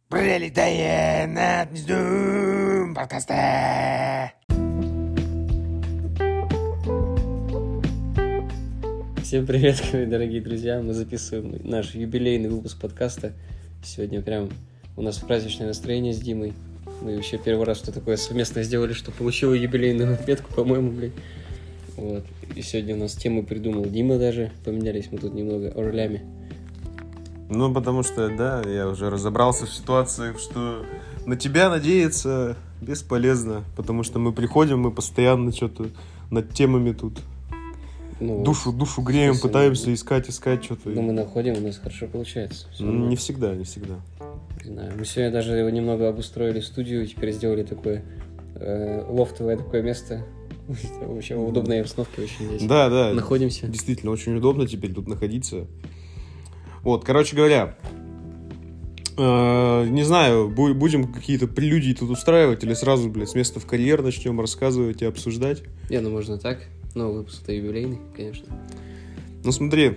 Прилетая над гнездом подкаста. Всем привет, дорогие друзья! Мы записываем наш юбилейный выпуск подкаста. Сегодня прям у нас праздничное настроение с Димой. Мы вообще первый раз что такое совместно сделали, что получила юбилейную отметку, по-моему, блин. Вот. И сегодня у нас тему придумал Дима даже. Поменялись мы тут немного ролями. Ну, потому что, да, я уже разобрался в ситуации, что на тебя надеяться бесполезно, потому что мы приходим, мы постоянно что-то над темами тут душу греем, пытаемся искать что-то. Но мы находим, у нас хорошо получается. Не всегда. Не знаю. Мы сегодня даже его немного обустроили студию, теперь сделали такое лофтовое такое место. Вообще в удобной обстановке очень здесь. Да. Находимся. Действительно, очень удобно теперь тут находиться. Вот, короче говоря, не знаю, будем какие-то прелюдии тут устраивать или сразу, с места в карьер начнем рассказывать и обсуждать. Можно так. Но выпуск-то юбилейный, конечно. Ну, смотри,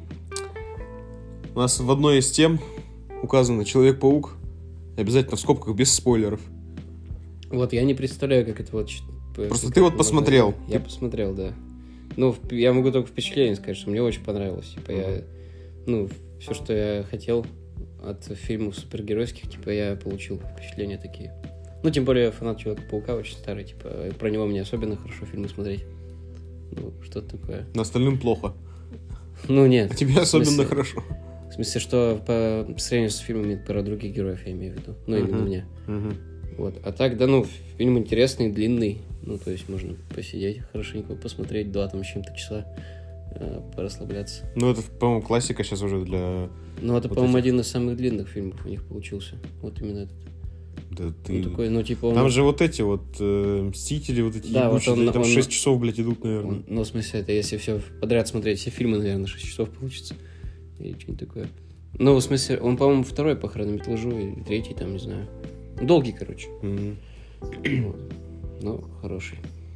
у нас в одной из тем указано «Человек-паук», обязательно в скобках, без спойлеров. Вот, я не представляю, как это вот... Просто ты вот посмотрел. Я посмотрел, да. Ну, я могу только впечатление сказать, что мне очень понравилось. Типа, все, что я хотел от фильмов супергеройских, типа, я получил впечатления такие. Ну, тем более, фанат Человека-паука очень старый, типа, про него мне особенно хорошо фильмы смотреть. Ну, что-то такое. На остальным плохо. Ну, нет. А тебе особенно хорошо. В смысле, что по сравнению с фильмами про других героев, я имею в виду. Ну, именно мне. Вот. А так, да, фильм интересный, длинный. Ну, то есть можно посидеть хорошенько, посмотреть 2 с чем-то часа, порасслабляться. Ну, это, по-моему, классика сейчас уже для... Ну, это, вот по-моему, один из самых длинных фильмов у них получился. Вот именно этот. Да ты... такой, типа... Там же вот эти вот «Мстители», вот эти ебучие, вот там 6 часов, идут, наверное. В смысле, это если все подряд смотреть, все фильмы, наверное, 6 часов получится. Или что-нибудь такое. Ну, в смысле, он, по-моему, 2-й по хронометражу, и 3-й, там, не знаю. Долгий, короче. Вот. Ну, хороший.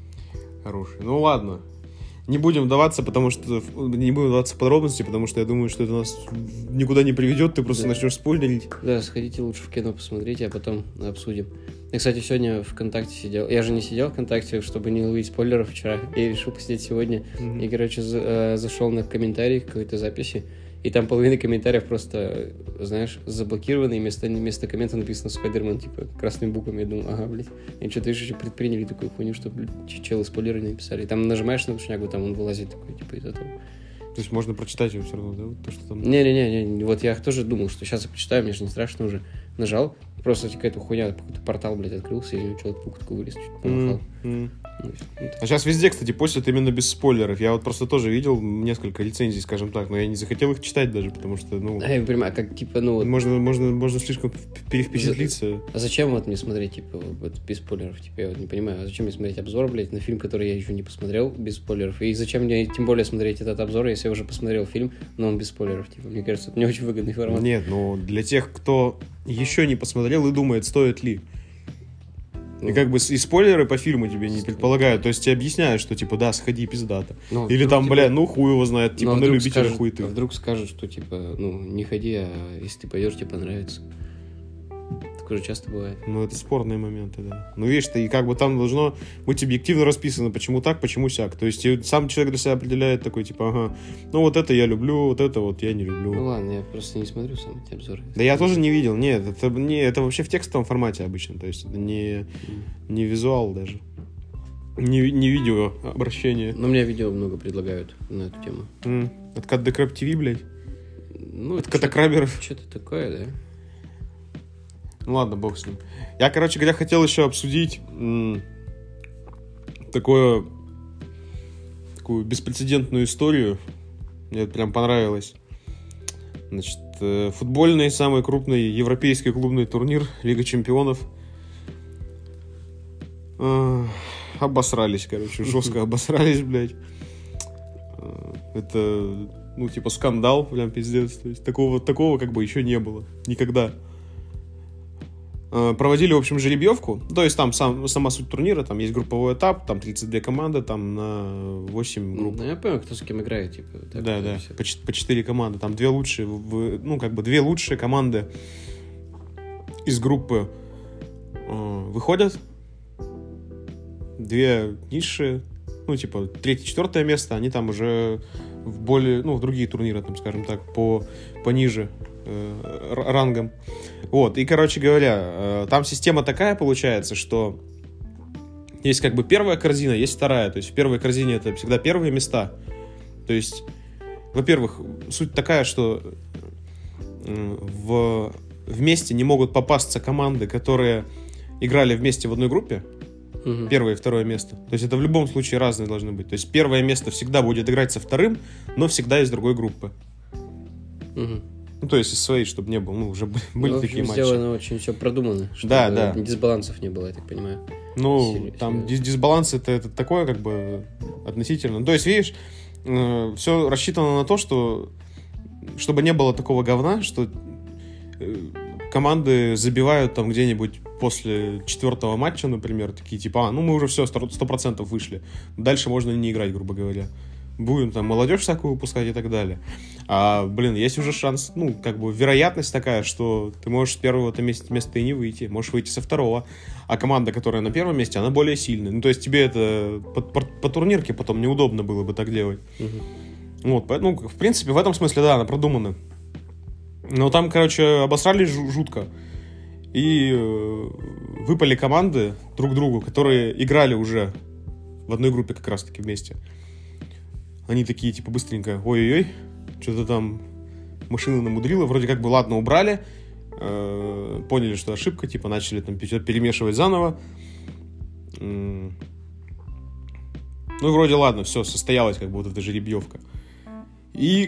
Ну, ладно. Не будем вдаваться в подробности, потому что я думаю, что это нас никуда не приведет, ты просто начнешь спойлерить. Да, сходите лучше в кино посмотрите, а потом обсудим. Я, кстати, сегодня ВКонтакте сидел. Я же не сидел в ВКонтакте, чтобы не ловить спойлеров вчера. Я решил посидеть сегодня. И, короче, зашел на комментарий какой-то записи. И там половина комментариев просто, знаешь, заблокированы, и вместо коммента написано «Спайдермен», типа, красными буквами. Я думал, ага, блядь. И что-то еще предприняли такую хуйню, что, челы спойлеры написали. И там нажимаешь на шнягу, там он вылазит такой, типа, из этого. То есть можно прочитать его все равно, да? То, что там... Не. Вот я тоже думал, что сейчас я почитаю, мне же не страшно уже. Нажал, просто какая-то хуйня, какой-то портал, блядь, открылся, и Человек-паук такой вылез, чуть помахал. А сейчас везде, кстати, постят именно без спойлеров. Я вот просто тоже видел несколько рецензий, скажем так, но я не захотел их читать даже, потому что, я не понимаю, как, типа, Можно слишком перевпечатлиться. А зачем вот мне смотреть, типа, вот без спойлеров? Типа, я вот не понимаю, а зачем мне смотреть обзор, блядь, на фильм, который я еще не посмотрел, без спойлеров? И зачем мне, тем более, смотреть этот обзор, если я уже посмотрел фильм, но он без спойлеров? Типа, мне кажется, это не очень выгодный формат. Нет, для тех, кто еще не посмотрел и думает, стоит ли. И как бы и спойлеры по фильму тебе не предполагают. То есть тебе объясняют, что типа, да, сходи, пиздато. Или там, хуй его знает, типа, на любителя хуй ты. А вдруг скажут, что типа, не ходи, а если ты пойдешь, тебе понравится. Такое же часто бывает. Это спорные моменты, да. Видишь, ты, и как бы там должно быть объективно расписано, почему так, почему сяк. То есть сам человек для себя определяет такой, типа, ага, вот это я люблю, вот это вот я не люблю. Ну ладно, я просто не смотрю сам эти обзоры. Да я тоже не видел, нет, это вообще в текстовом формате обычно, то есть это не визуал даже. Не видео обращение. Но мне видео много предлагают на эту тему. От Катдекраб ТВ, блядь? От Катакраберов. Что-то такое, да? Ладно, бог с ним. Я, короче говоря, хотел еще обсудить такую беспрецедентную историю. Мне это прям понравилось. Значит, футбольный самый крупный европейский клубный турнир Лига Чемпионов. Обосрались, короче, жестко обосрались, блядь. Это, скандал, прям пиздец. То есть такого как бы еще не было. Никогда. Проводили, в общем, жеребьевку. То есть там сама суть турнира, там есть групповой этап, там 32 команды, там на 8 групп. Я понял, кто с кем играет, типа. Да, по 4 команды. Там две лучшие команды из группы выходят, 2 низшие, ну, типа, 3-4 место, они там уже в более, ну, в другие турниры, там, скажем так, пониже рангом. Вот, и, короче говоря, там система такая получается, что есть как бы первая корзина, есть вторая. То есть в первой корзине это всегда первые места. То есть, во-первых, суть такая, что вместе не могут попасться команды, которые играли вместе в одной группе. Первое и второе место. То есть это в любом случае разные должны быть. То есть первое место всегда будет играть со вторым, но всегда из другой группы. Ну, то есть из своей, чтобы не было. Ну, уже были такие матчи. Сделано очень все продумано, чтобы дисбалансов не было, я так понимаю. Ну, там дисбаланс это такое, как бы, относительно. Ну, то есть, видишь, все рассчитано на то, что чтобы не было такого говна, что команды забивают там где-нибудь после 4-го матча, например, такие типа, ну мы уже все, 100% вышли. Дальше можно не играть, грубо говоря. Будем там молодежь всякую выпускать и так далее. А, блин, есть уже шанс, ну, как бы вероятность такая, что ты можешь с первого-то места и не выйти, можешь выйти со второго. А команда, которая на первом месте, она более сильная. Ну, то есть тебе это по турнирке потом неудобно было бы так делать. Вот, поэтому, в принципе, в этом смысле, да, она продумана. Но там, короче, обосрались жутко. И выпали команды друг другу, которые играли уже в одной группе как раз-таки вместе. Они такие, типа, быстренько, ой-ой-ой, что-то там машина намудрила. Вроде как бы, ладно, убрали. Поняли, что ошибка, типа, начали там перемешивать заново. Ну, и вроде, ладно, все, состоялась как бы вот эта жеребьевка. И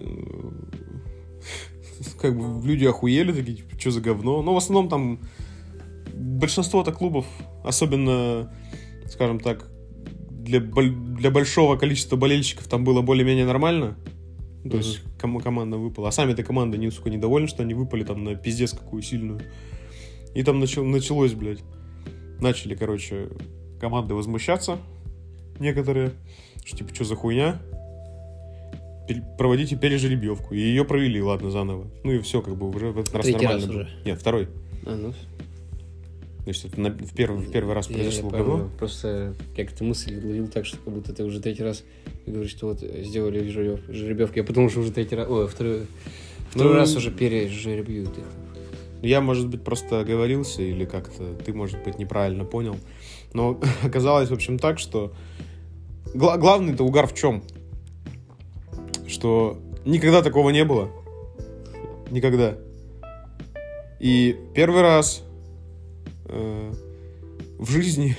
как бы люди охуели, такие, типа, что за говно. Но в основном там большинство-то клубов, особенно, скажем так, для большого количества болельщиков там было более-менее нормально. То есть команда выпала. А сами-то команды не, сука, недовольны, что они выпали там на пиздец какую сильную. И там началось, блядь. Начали, короче, команды возмущаться. Некоторые. Что типа, что за хуйня? Проводите пережеребьевку. И ее провели, ладно, заново. Ну и все, как бы уже в этот раз нормально. Раз уже? Нет, второй. Ну. То есть это в первый раз произошло говно. Просто как-то мысль ловил так, что как будто ты уже третий раз говоришь, что вот сделали жеребьевку. Я подумал, что уже третий раз... Ой, второй раз уже пережеребьют их. Я, может быть, просто оговорился или как-то ты, может быть, неправильно понял. Но оказалось, в общем, так, что главный-то угар в чем? Что никогда такого не было. Никогда. И первый раз в жизни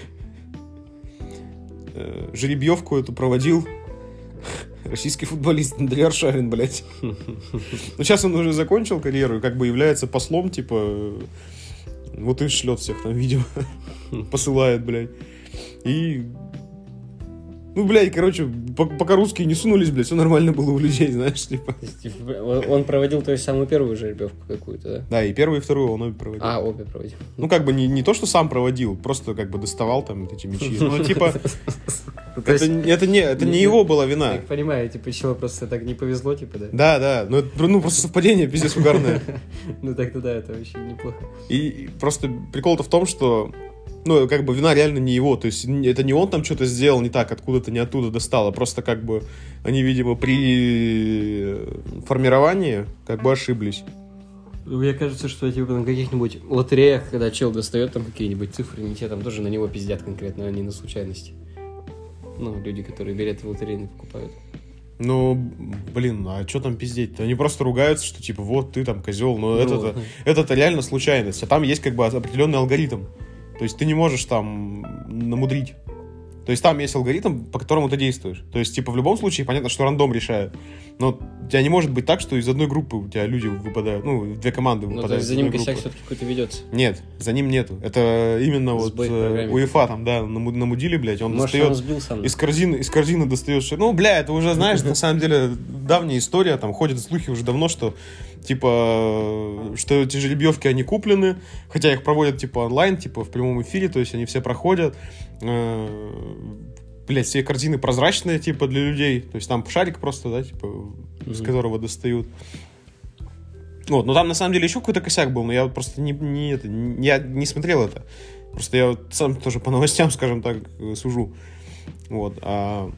жеребьевку эту проводил российский футболист Андрей Аршавин, блядь. Ну, сейчас он уже закончил карьеру и как бы является послом, типа, вот и шлет всех там видео, посылает, блядь. И, ну, блядь, короче, пока русские не сунулись, блядь, все нормально было у людей, знаешь, типа. Он проводил, то есть, самую первую жеребьевку какую-то, да? Да, и первую, и вторую он обе проводил. А, обе проводил. Ну, как бы не то, что сам проводил, просто как бы доставал там эти мячи. Ну, типа, это не его была вина. Я понимаю, типа, чего просто так не повезло, типа, да? Да, ну просто совпадение пиздец угарное. Ну, так-то да, это вообще неплохо. И просто прикол-то в том, что, ну, как бы вина реально не его, то есть это не он там что-то сделал не так, откуда-то не оттуда достал, а просто как бы они, видимо, при формировании как бы ошиблись. Мне кажется, что типа на каких-нибудь лотереях, когда чел достает там какие-нибудь цифры, не те, там тоже на него пиздят конкретно, а не на случайности. Ну, люди, которые билеты в лотерейные покупают. Ну, блин, а что там пиздеть-то? Они просто ругаются, что типа вот ты там козел, но это реально случайность. А там есть как бы определенный алгоритм. То есть ты не можешь там намудрить. То есть там есть алгоритм, по которому ты действуешь. То есть, типа, в любом случае, понятно, что рандом решает. Но у тебя не может быть так, что из одной группы у тебя люди выпадают, ну, 2 команды выпадают. Ну, то есть за ним косяк все-таки какой-то ведется. Нет, за ним нету. Это именно сбой вот УЕФА там, да, намудили, блядь, он может, достает он сбил сам. из корзины достает. Ну, бля, это уже, знаешь, на самом деле давняя история, там ходят слухи уже давно, что типа, что эти жеребьевки, они куплены, хотя их проводят, типа, онлайн, типа, в прямом эфире, то есть они все проходят. Блять, все корзины прозрачные, типа, для людей. То есть там шарик просто, да, типа, с которого достают. Вот, но там на самом деле еще какой-то косяк был, но я вот просто я не смотрел это. Просто я вот сам тоже по новостям, скажем так, сужу. Вот. А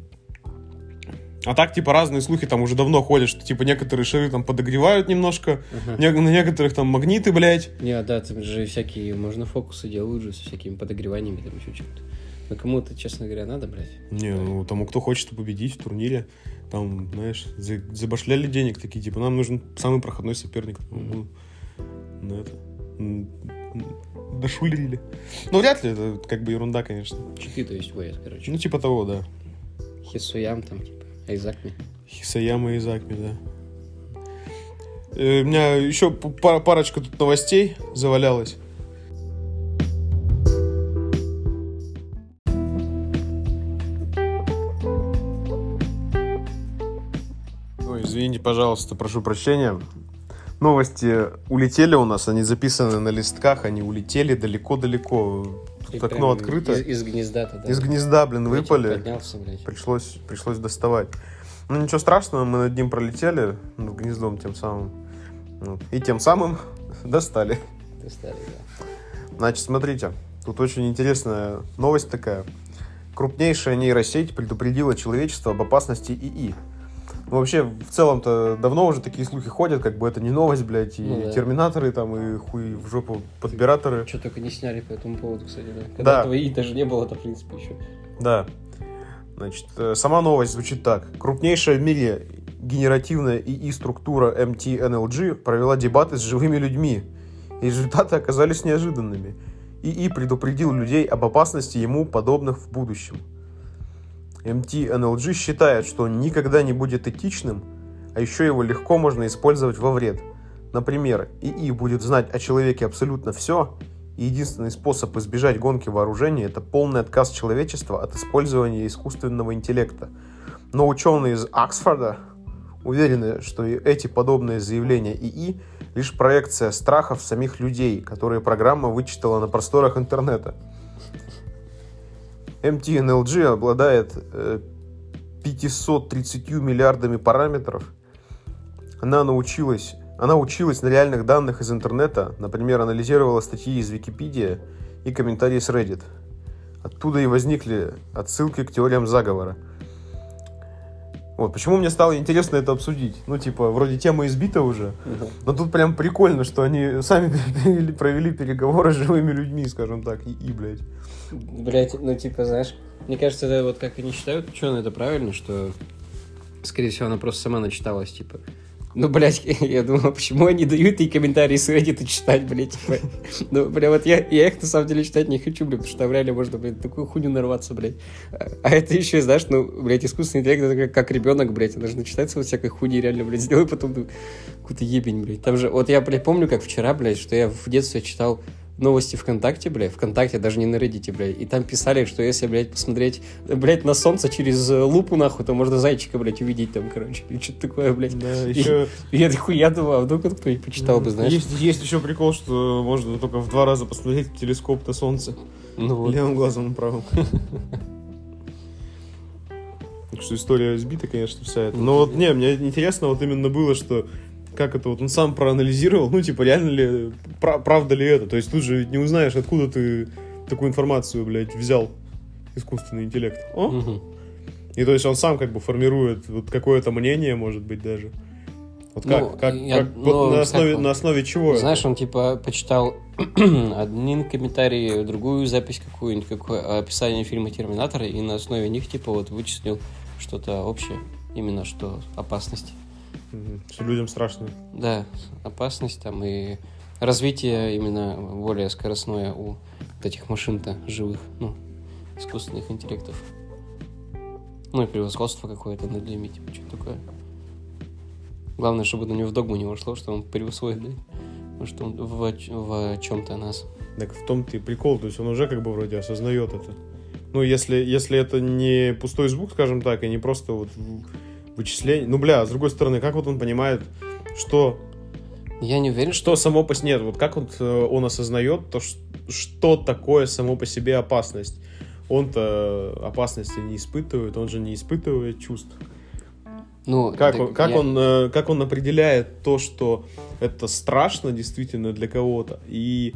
так, типа, разные слухи там уже давно ходят, что, типа, некоторые шары там подогревают немножко, на некоторых там магниты, блядь. Не, да, там же всякие, можно фокусы делают же с всякими подогреваниями, там еще что-то. Но кому-то, честно говоря, надо, блядь? Не, ну, тому, кто хочет победить в турнире, там, знаешь, забашляли денег такие, типа, нам нужен самый проходной соперник. Ну, это... Дошулерили. Ну, вряд ли, это как бы ерунда, конечно. Читы, то есть, воят, короче. Ну, типа того, да. Хисуям там, типа, Айзакми. Хисаяма и Изакми, да. У меня еще парочка тут новостей завалялась. Ой, извините, пожалуйста, прошу прощения. Новости улетели у нас, они записаны на листках, они улетели далеко-далеко. Тут окно открыто. Из гнезда-то, да. Из гнезда, блин, выпали. Поднялся, блядь. Пришлось доставать. Ну, ничего страшного, мы над ним пролетели, над гнездом тем самым. Вот. И тем самым достали. Достали, да. Значит, смотрите, тут очень интересная новость такая. Крупнейшая нейросеть предупредила человечество об опасности ИИ. Ну, вообще, в целом-то давно уже такие слухи ходят, как бы это не новость, блядь, и да. терминаторы там, и хуй в жопу подбираторы. Что только не сняли по этому поводу, кстати, да. Когда этого ИИ даже не было-то, в принципе, еще. Да. Значит, сама новость звучит так. Крупнейшая в мире генеративная ИИ-структура MTNLG провела дебаты с живыми людьми. И результаты оказались неожиданными. ИИ предупредил людей об опасности ему подобных в будущем. MTNLG считает, что он никогда не будет этичным, а еще его легко можно использовать во вред. Например, ИИ будет знать о человеке абсолютно все, и единственный способ избежать гонки вооружений – это полный отказ человечества от использования искусственного интеллекта. Но ученые из Оксфорда уверены, что и эти подобные заявления ИИ – лишь проекция страхов самих людей, которые программа вычитала на просторах интернета. MTNLG обладает 530 миллиардами параметров. Она училась на реальных данных из интернета, например, анализировала статьи из Википедии и комментарии с Reddit. Оттуда и возникли отсылки к теориям заговора. Вот, почему мне стало интересно это обсудить? Ну, типа, вроде тема избита уже, но тут прям прикольно, что они сами провели переговоры с живыми людьми, скажем так, и блядь. Блядь, ну, типа, знаешь, мне кажется, это вот как они считают, ученые, это правильно, что, скорее всего, она просто сама начиталась, типа. Ну, блядь, я думал, почему они дают ей комментарии с Reddit читать, блядь, типа. Ну, бля, вот я их, на самом деле, читать не хочу, блядь, потому что там реально можно, блядь, такую хуйню нарваться, блядь. А это еще, знаешь, ну, блядь, искусственный интеллект, это как ребенок, блядь, он должен начитаться вот всякой хуйни, реально, блядь, сделай потом какую-то ебень, блядь. Там же, вот я, блядь, помню, как вчера, блядь, что я в детстве читал новости ВКонтакте, блядь, ВКонтакте, даже не на Reddit, блядь, и там писали, что если, блядь, посмотреть, блядь, на солнце через лупу, нахуй, то можно зайчика, блядь, увидеть там, короче, или что-то такое, блядь. Да, еще... И я хуя думал, а вдруг кто-нибудь почитал бы, знаешь. Есть еще прикол, что можно только в 2 раза посмотреть в телескоп на солнце. Ну вот. Левым глазом правым. Так что история сбита, конечно, вся эта. Но вот, не, мне интересно вот именно было, что как это вот он сам проанализировал, ну, типа, реально ли, правда ли это? То есть тут же не узнаешь, откуда ты такую информацию, блядь, взял, искусственный интеллект. И то есть он сам как бы формирует вот какое-то мнение, может быть, даже. Вот на основе чего? Знаешь, он, типа, почитал один комментарий, другую запись какую-нибудь, описание фильма «Терминатор», и на основе них, типа, вот вычислил что-то общее, именно что опасность. Что людям страшно. Да, опасность там и развитие именно более скоростное у вот этих машин-то живых, ну, искусственных интеллектов. Ну и превосходство какое-то над людьми, типа, что такое. Главное, чтобы на него в догму не вошло, что он превосходит, да? Потому что он в чем-то нас. Так в том-то и прикол, то есть он уже как бы вроде осознает это. Ну, если это не пустой звук, скажем так, и не просто вот вычисление. Ну, бля, с другой стороны, как вот он понимает, что... Я не уверен, что само по себе... Нет, вот как вот он осознает то, что такое само по себе опасность. Он-то опасности не испытывает, он же не испытывает чувств. Ну, Как он определяет то, что это страшно действительно для кого-то, и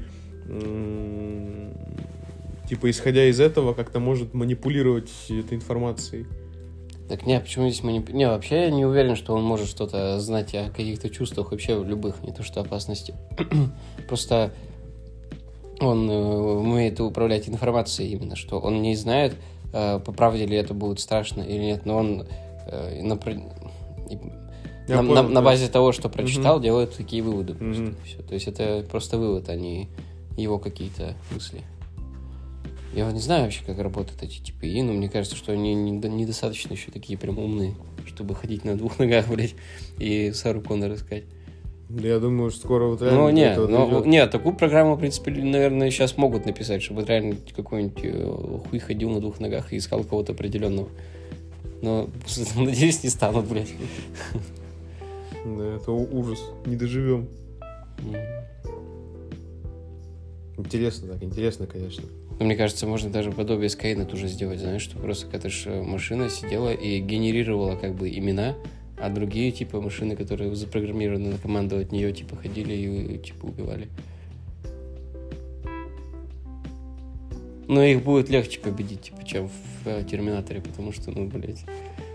типа исходя из этого как-то может манипулировать этой информацией. Так нет, почему здесь Не, вообще я не уверен, что он может что-то знать о каких-то чувствах вообще любых, не то что опасности. Просто он умеет управлять информацией именно, что он не знает, по правде ли это будет страшно или нет, но он на базе того, что прочитал, делает такие выводы. Просто. Все. То есть это просто вывод, а не его какие-то мысли. Я не знаю вообще, как работают эти типы ИИ, но мне кажется, что они недостаточно еще такие прям умные, чтобы ходить на двух ногах, блядь, и Сару Коннор искать. Я думаю, что скоро вот реально... Нет, такую программу, в принципе, наверное, сейчас могут написать, чтобы реально какой-нибудь хуй ходил на двух ногах и искал кого-то определенного. Но, надеюсь, не станут, блядь. Да, это ужас. Не доживем. Интересно, конечно. Но мне кажется, можно даже подобие Skynet уже сделать, знаешь, что просто какая-то машина сидела и генерировала как бы имена, а другие типа машины, которые запрограммированы на команду от нее, типа ходили и типа убивали. Но их будет легче победить, типа, чем в Терминаторе, потому что, блядь.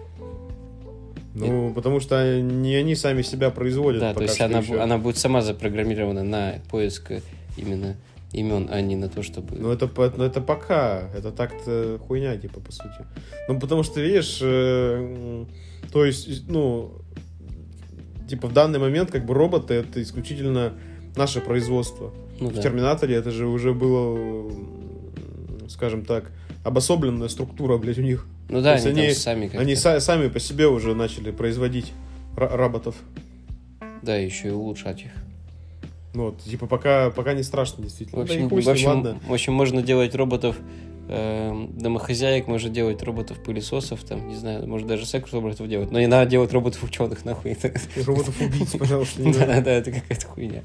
Потому что не они сами себя производят. Да, то есть она будет сама запрограммирована на поиск именно имен, а не на то, чтобы... Это пока. Это так-то хуйня, типа, по сути. Потому что, видишь, то есть, типа, в данный момент, как бы, роботы — это исключительно наше производство. В Терминаторе это же уже было, скажем так, обособленная структура, блядь, у них. Ну да, они сами как-то... Они сами по себе уже начали производить роботов. Да, еще и улучшать их. Типа, пока не страшно, действительно. В общем, можно делать роботов домохозяек, можно делать роботов-пылесосов, там, не знаю, можно даже секс-роботов делать, но не надо делать роботов-ученых, нахуй. Роботов-убийц, пожалуйста. Да, это какая-то хуйня.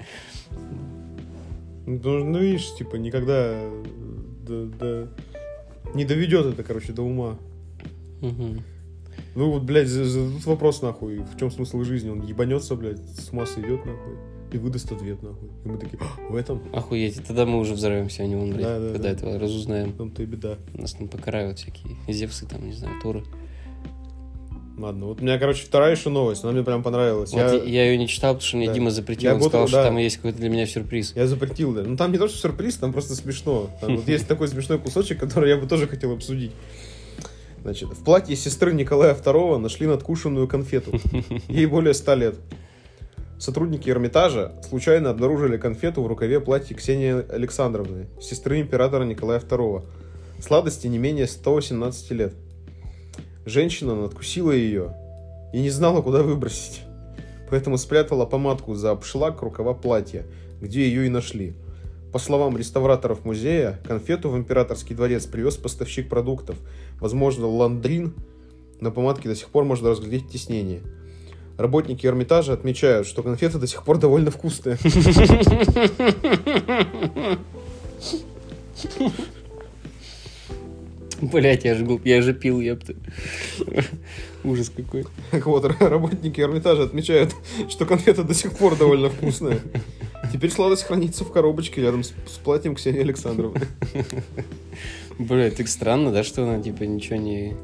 Видишь, типа, никогда не доведет это, короче, до ума. Блядь, зададут вопрос, нахуй, в чем смысл жизни? Он ебанется, блядь, с ума сойдет, нахуй, и выдаст ответ, нахуй. И мы такие, в этом? Охуеть, и тогда мы уже взорвемся, а не он, блядь, когда этого разузнаем. Там-то и беда. Нас там покарают всякие Зевсы, там, не знаю, Торы. Ладно, у меня, короче, вторая еще новость, она мне прям понравилась. Я ее не читал, потому что мне Дима запретил, он сказал, что там есть какой-то для меня сюрприз. Я запретил, да. Там не то, что сюрприз, там просто смешно. Там есть такой смешной кусочек, который я бы тоже хотел обсудить. Значит, в платье сестры Николая II нашли надкушенную конфету. Ей более 100 лет. Сотрудники Эрмитажа случайно обнаружили конфету в рукаве платья Ксении Александровны, сестры императора Николая II. Сладости не менее 118 лет. Женщина надкусила ее и не знала, куда выбросить. Поэтому спрятала помадку за обшлаг рукава платья, где ее и нашли. По словам реставраторов музея, конфету в императорский дворец привез поставщик продуктов, возможно, Ландрин. На помадке до сих пор можно разглядеть тиснение. Работники Эрмитажа отмечают, что конфета до сих пор довольно вкусная. Блять, я же пил, ёпта. Ужас какой. Так вот, работники Эрмитажа отмечают, что конфета до сих пор довольно вкусная. Теперь сладость хранится в коробочке рядом с платьем Ксении Александровны. Блять, так странно, да, что она, типа, ничего не...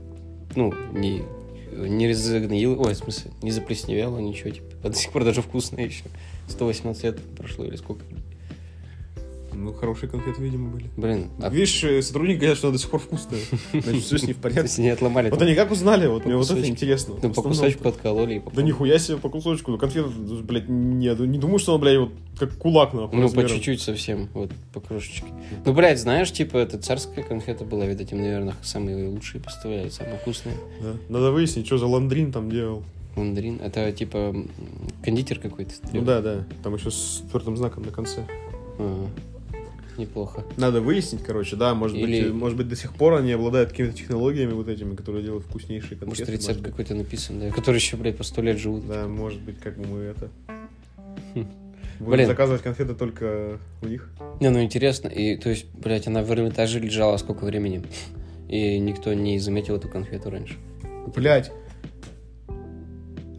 не разогнила, в смысле, не заплесневела, ничего, типа, до сих пор даже вкусная еще. 118 лет прошло или сколько? Хорошие конфеты, видимо, были. Блин. Видишь, сотрудники говорят, что она до сих пор вкусная. Значит, все с ней в порядке. То есть не отломали. Вот они как узнали? Вот мне вот это интересно. По кусочку откололи. Да нихуя себе, по кусочку. Конфета, блядь, не думаю, что она, блядь, вот как кулак, нахуй. По чуть-чуть совсем, вот, по крошечке. Блядь, знаешь, типа, это царская конфета была, видать, им, наверное, самые лучшие поставляют, самые вкусные. Да. Надо выяснить, что за Ландрин там делал. Ландрин? Это, типа, кондитер какой-то? Да. Там еще с твердым знаком на конце. Неплохо. Надо выяснить, короче, да, может быть, до сих пор они обладают какими-то технологиями вот этими, которые делают вкуснейшие конфеты. Может, рецепт какой-то написан, да, который еще, блядь, по 100 лет живут. Да, может быть, как бы мы это... Будем заказывать конфеты только у них. Интересно. И, то есть, блядь, она в Эрмитаже лежала сколько времени? И никто не заметил эту конфету раньше. Блядь.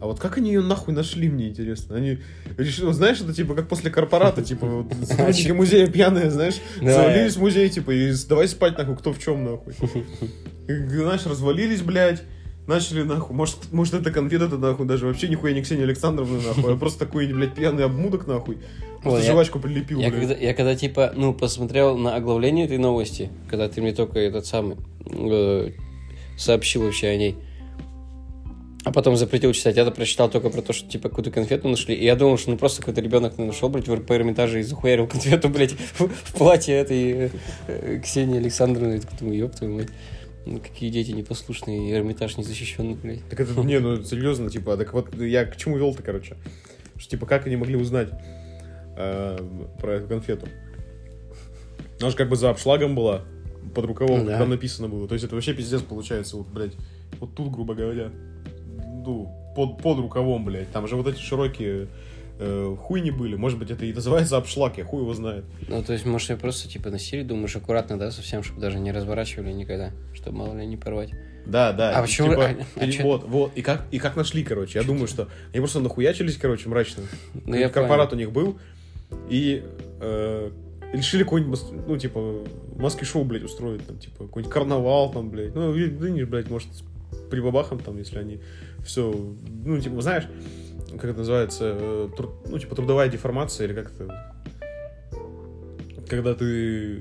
А вот как они ее нахуй нашли, мне интересно. Они решили, знаешь, это типа как после корпората, типа вот сотрудники музея пьяные, знаешь, завалились в музей, типа, и давай спать нахуй, кто в чем нахуй. И, знаешь, развалились, блядь, начали нахуй. Может это конфета-то нахуй даже вообще нихуя не Ксения Александровна нахуй, а просто такой, блядь, пьяный обмудок нахуй. Просто жвачку прилепил, блядь. Я когда, типа, посмотрел на оглавление этой новости, когда ты мне только этот самый сообщил вообще о ней, а потом запретил читать. Я-то прочитал только про то, что, типа, какую-то конфету нашли. И я думал, что, просто какой-то ребенок нашел, блядь, по Эрмитаже и захуярил конфету, блядь, в платье этой Ксении Александровны. Я думаю, ёб твою мать. Какие дети непослушные, и Эрмитаж незащищенный, блядь. Так это, серьезно, типа, так вот я к чему вел-то, короче. Что, типа, как они могли узнать про эту конфету? Она же как бы за обшлагом была, под рукавом, там написано было. То есть это вообще пиздец получается, вот, блядь, вот тут, грубо говоря. Под рукавом, блядь. Там же вот эти широкие хуйни были. Может быть, это и называется обшлаг, я хуй его знает. Ну, то есть, может, ее просто, типа, носили, думаешь, аккуратно, да, совсем, чтобы даже не разворачивали никогда, чтобы, мало ли, не порвать. Да. А почему? Типа, вот. И как нашли, короче. Я думаю, что они просто нахуячились, короче, мрачно. Ну, я корпорат понял. У них был. И решили какой-нибудь, маски-шоу, блядь, устроить. Там, типа, какой-нибудь карнавал, там, блядь. Ну, видишь, блядь, может, при бабахам, там, если они все, знаешь, как это называется, трудовая деформация, или как это, когда ты,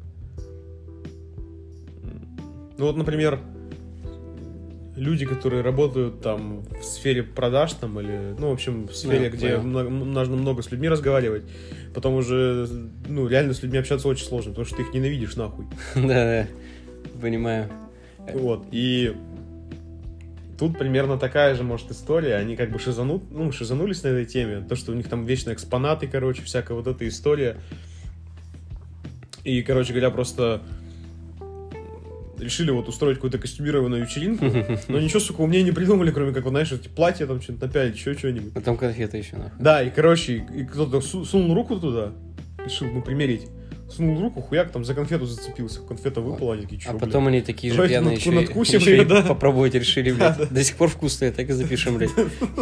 например, люди, которые работают там в сфере продаж, там, или, в общем, в сфере, где нужно много с людьми разговаривать, потом уже, реально с людьми общаться очень сложно, потому что ты их ненавидишь нахуй. Да, понимаю. Вот, и тут примерно такая же, может, история. Они как бы шизанулись на этой теме. То, что у них там вечно экспонаты, короче, всякая вот эта история. И, короче говоря, просто решили вот устроить какую-то костюмированную вечеринку. Но ничего, сука, умнее не придумали, кроме как, знаешь, эти платья там что-нибудь напялить, еще что-нибудь. А там конфеты еще, нахуй. Да, и, короче, кто-то сунул руку туда, решил, примерить. Сунул руку, хуяк, там за конфету зацепился. Конфета выпала, они такие, чё, потом они такие же давайте пьяные еще да. попробовать решили, блядь. Да. До сих пор вкусные, так и запишем, блядь.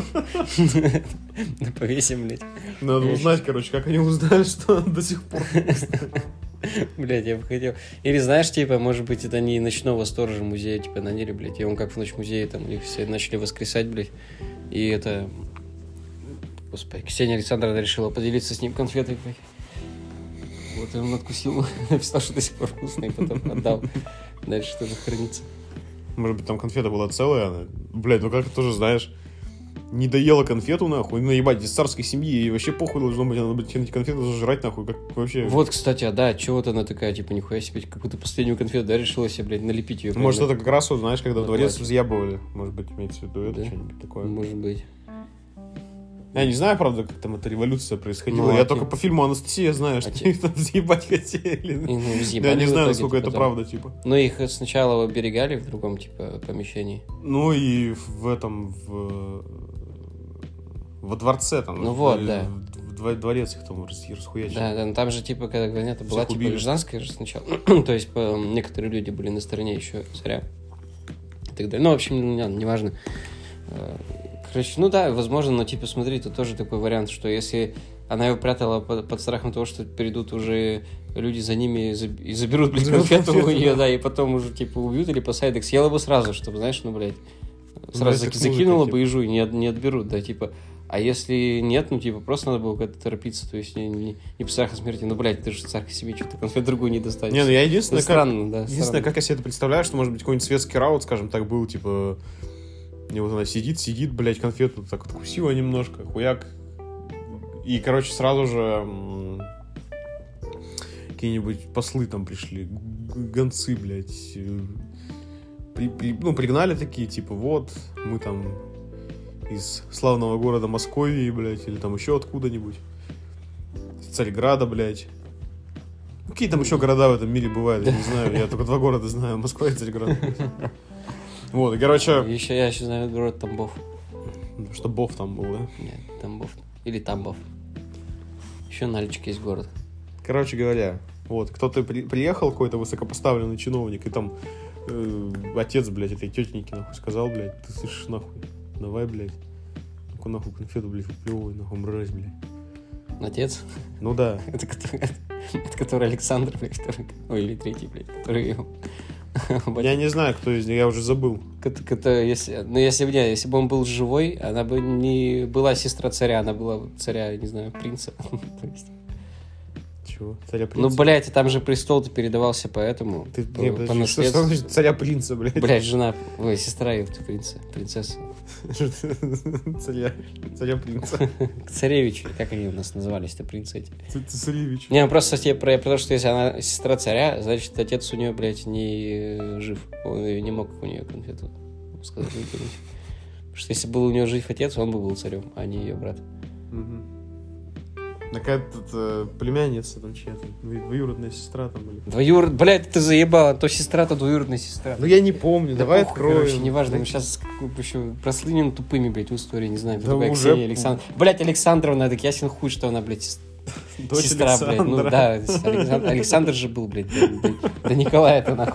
Повесим, блядь. Надо узнать, короче, как они узнали, что до сих пор вкусные. Блядь, я бы хотел. Или знаешь, типа, может быть, это не ночного сторожа музея, типа, наняли, блядь. И он как в ночь музея, там, у них все начали воскресать, блядь. И это... Господи, Ксения Александровна решила поделиться с ним конфетой, блядь. Вот, и он откусил, написал, что до сих пор вкусный, потом отдал. Дальше тоже хранится. Может быть, там конфета была целая, она... Блядь, как ты тоже знаешь, не доела конфету, нахуй, ебать, из царской семьи, и вообще похуй должно быть, надо быть конфету зажрать, нахуй, как вообще... Вот, кстати, чего-то она такая, типа, нихуя себе, какую-то последнюю конфету, да, решила себе, блядь, налепить ее. Может, это как раз, вот, знаешь, когда дворец взъябывали, может быть, имеется в виду это, что-нибудь такое. Может быть. Я не знаю, правда, как там эта революция происходила. Я только по фильму «Анастасия» знаю, что их там съебать хотели. Я не знаю, насколько это правда, типа. Но их сначала оберегали в другом, типа, помещении. Ну и в этом, во дворце там. Ну вот, да. В дворец их там расхуячили. Да, там же, типа, когда планета была, типа, гражданская же сначала. То есть, некоторые люди были на стороне еще царя. И так далее. Ну, в общем, неважно. Короче, возможно, но, типа, смотри, это тоже такой вариант, что если она его прятала под страхом того, что придут уже люди за ними и заберут, блядь, конфету у нее, да, и потом уже, типа, убьют или посадят, так съела бы сразу, чтобы, знаешь, блядь, сразу закинула бы ежу и не отберут, да, типа. А если нет, просто надо было как-то торопиться, то есть не по страху смерти, блядь, ты же царь себе что-то конфет другую не достанешь. Не, я единственное, странно, как я себе это представляю, что, может быть, какой-нибудь светский раут, скажем так, был, типа... И вот она сидит, блядь, конфету так откусила немножко, хуяк. И, короче, сразу же какие-нибудь послы там пришли, гонцы, блядь. Пригнали такие, типа, вот, мы там из славного города Московии, блядь, или там еще откуда-нибудь. Из Царьграда, блядь. Какие там еще города в этом мире бывают, я не знаю. Я только 2 города знаю, Москва и Царьград. Вот, и, короче... Я еще знаю город Тамбов. Что Бов там был, да? Нет, Тамбов. Или Тамбов. Еще Нальчик есть город. Короче говоря, вот, кто-то приехал, какой-то высокопоставленный чиновник, и там отец, блядь, этой тетеньки, нахуй, сказал, блядь, ты слышишь, нахуй, давай, блядь, Какую нахуй конфету, блядь, выплевывай, нахуй, мразь, блядь. Отец? Ну да. Это который Александр, блядь, второй. Ой, или третий, блядь, который его... Я не знаю, кто из них, я уже забыл. Если бы он был живой, она бы не была сестра царя, она была царя, не знаю, принца. Чего? Царя-принца? Ну, блядь, там же престол-то передавался поэтому. По наследству. Что значит царя-принца, блядь? Блядь, жена, ой, сестра ее, принцесса. Царя-принца. Царевичи, как они у нас назывались-то, принцы эти? Царевич. Не, просто потому что если она сестра царя, значит, отец у нее, блядь, не жив. Он не мог у нее конфету сказать, выкинуть. Потому что если был у нее жив отец, он бы был царем, а не ее брат. Какая-то племянница там чья-то, двоюродная сестра там были. Блядь, ты заебала, то сестра, то двоюродная сестра. Ну я не помню, Да давай похуй, откроем. короче, неважно, мы сейчас еще прослынем тупыми, блядь, в истории, не знаю. Да Такая уже... Ксения Александровна. Блядь, Александровна, так ясен хуй, что она, блядь, Дочь сестра, Александра. блядь. Ну да, Александр же был, блядь, да Николая-то нахуй.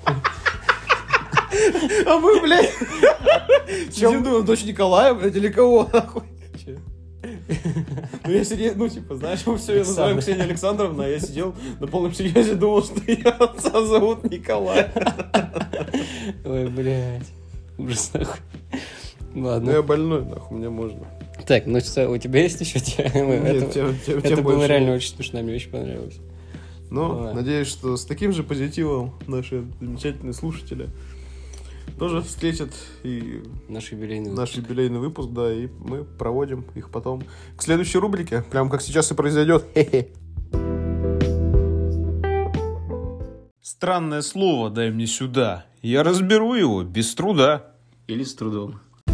А мы, блядь, сидим, думаем, дочь Николая, блядь, или кого, нахуй? Ну, я сидел, ну, типа, знаешь, мы все называем Ксения Александровна, а я сидел на полном серьезе, думал, что ее отца зовут Николай. Ой, блядь. Ужас, нахуй. Ладно. Ну, я больной, нахуй, мне можно. Так, ну что, у тебя есть еще тема? Нет, Это было реально очень смешно, мне очень понравилось. Ну, надеюсь, что с таким же позитивом наши замечательные слушатели тоже встретят и наш юбилейный выпуск, да, и мы проводим их потом к следующей рубрике, прям как сейчас и произойдет. Странное слово дай мне сюда, я разберу его без труда. Или с трудом.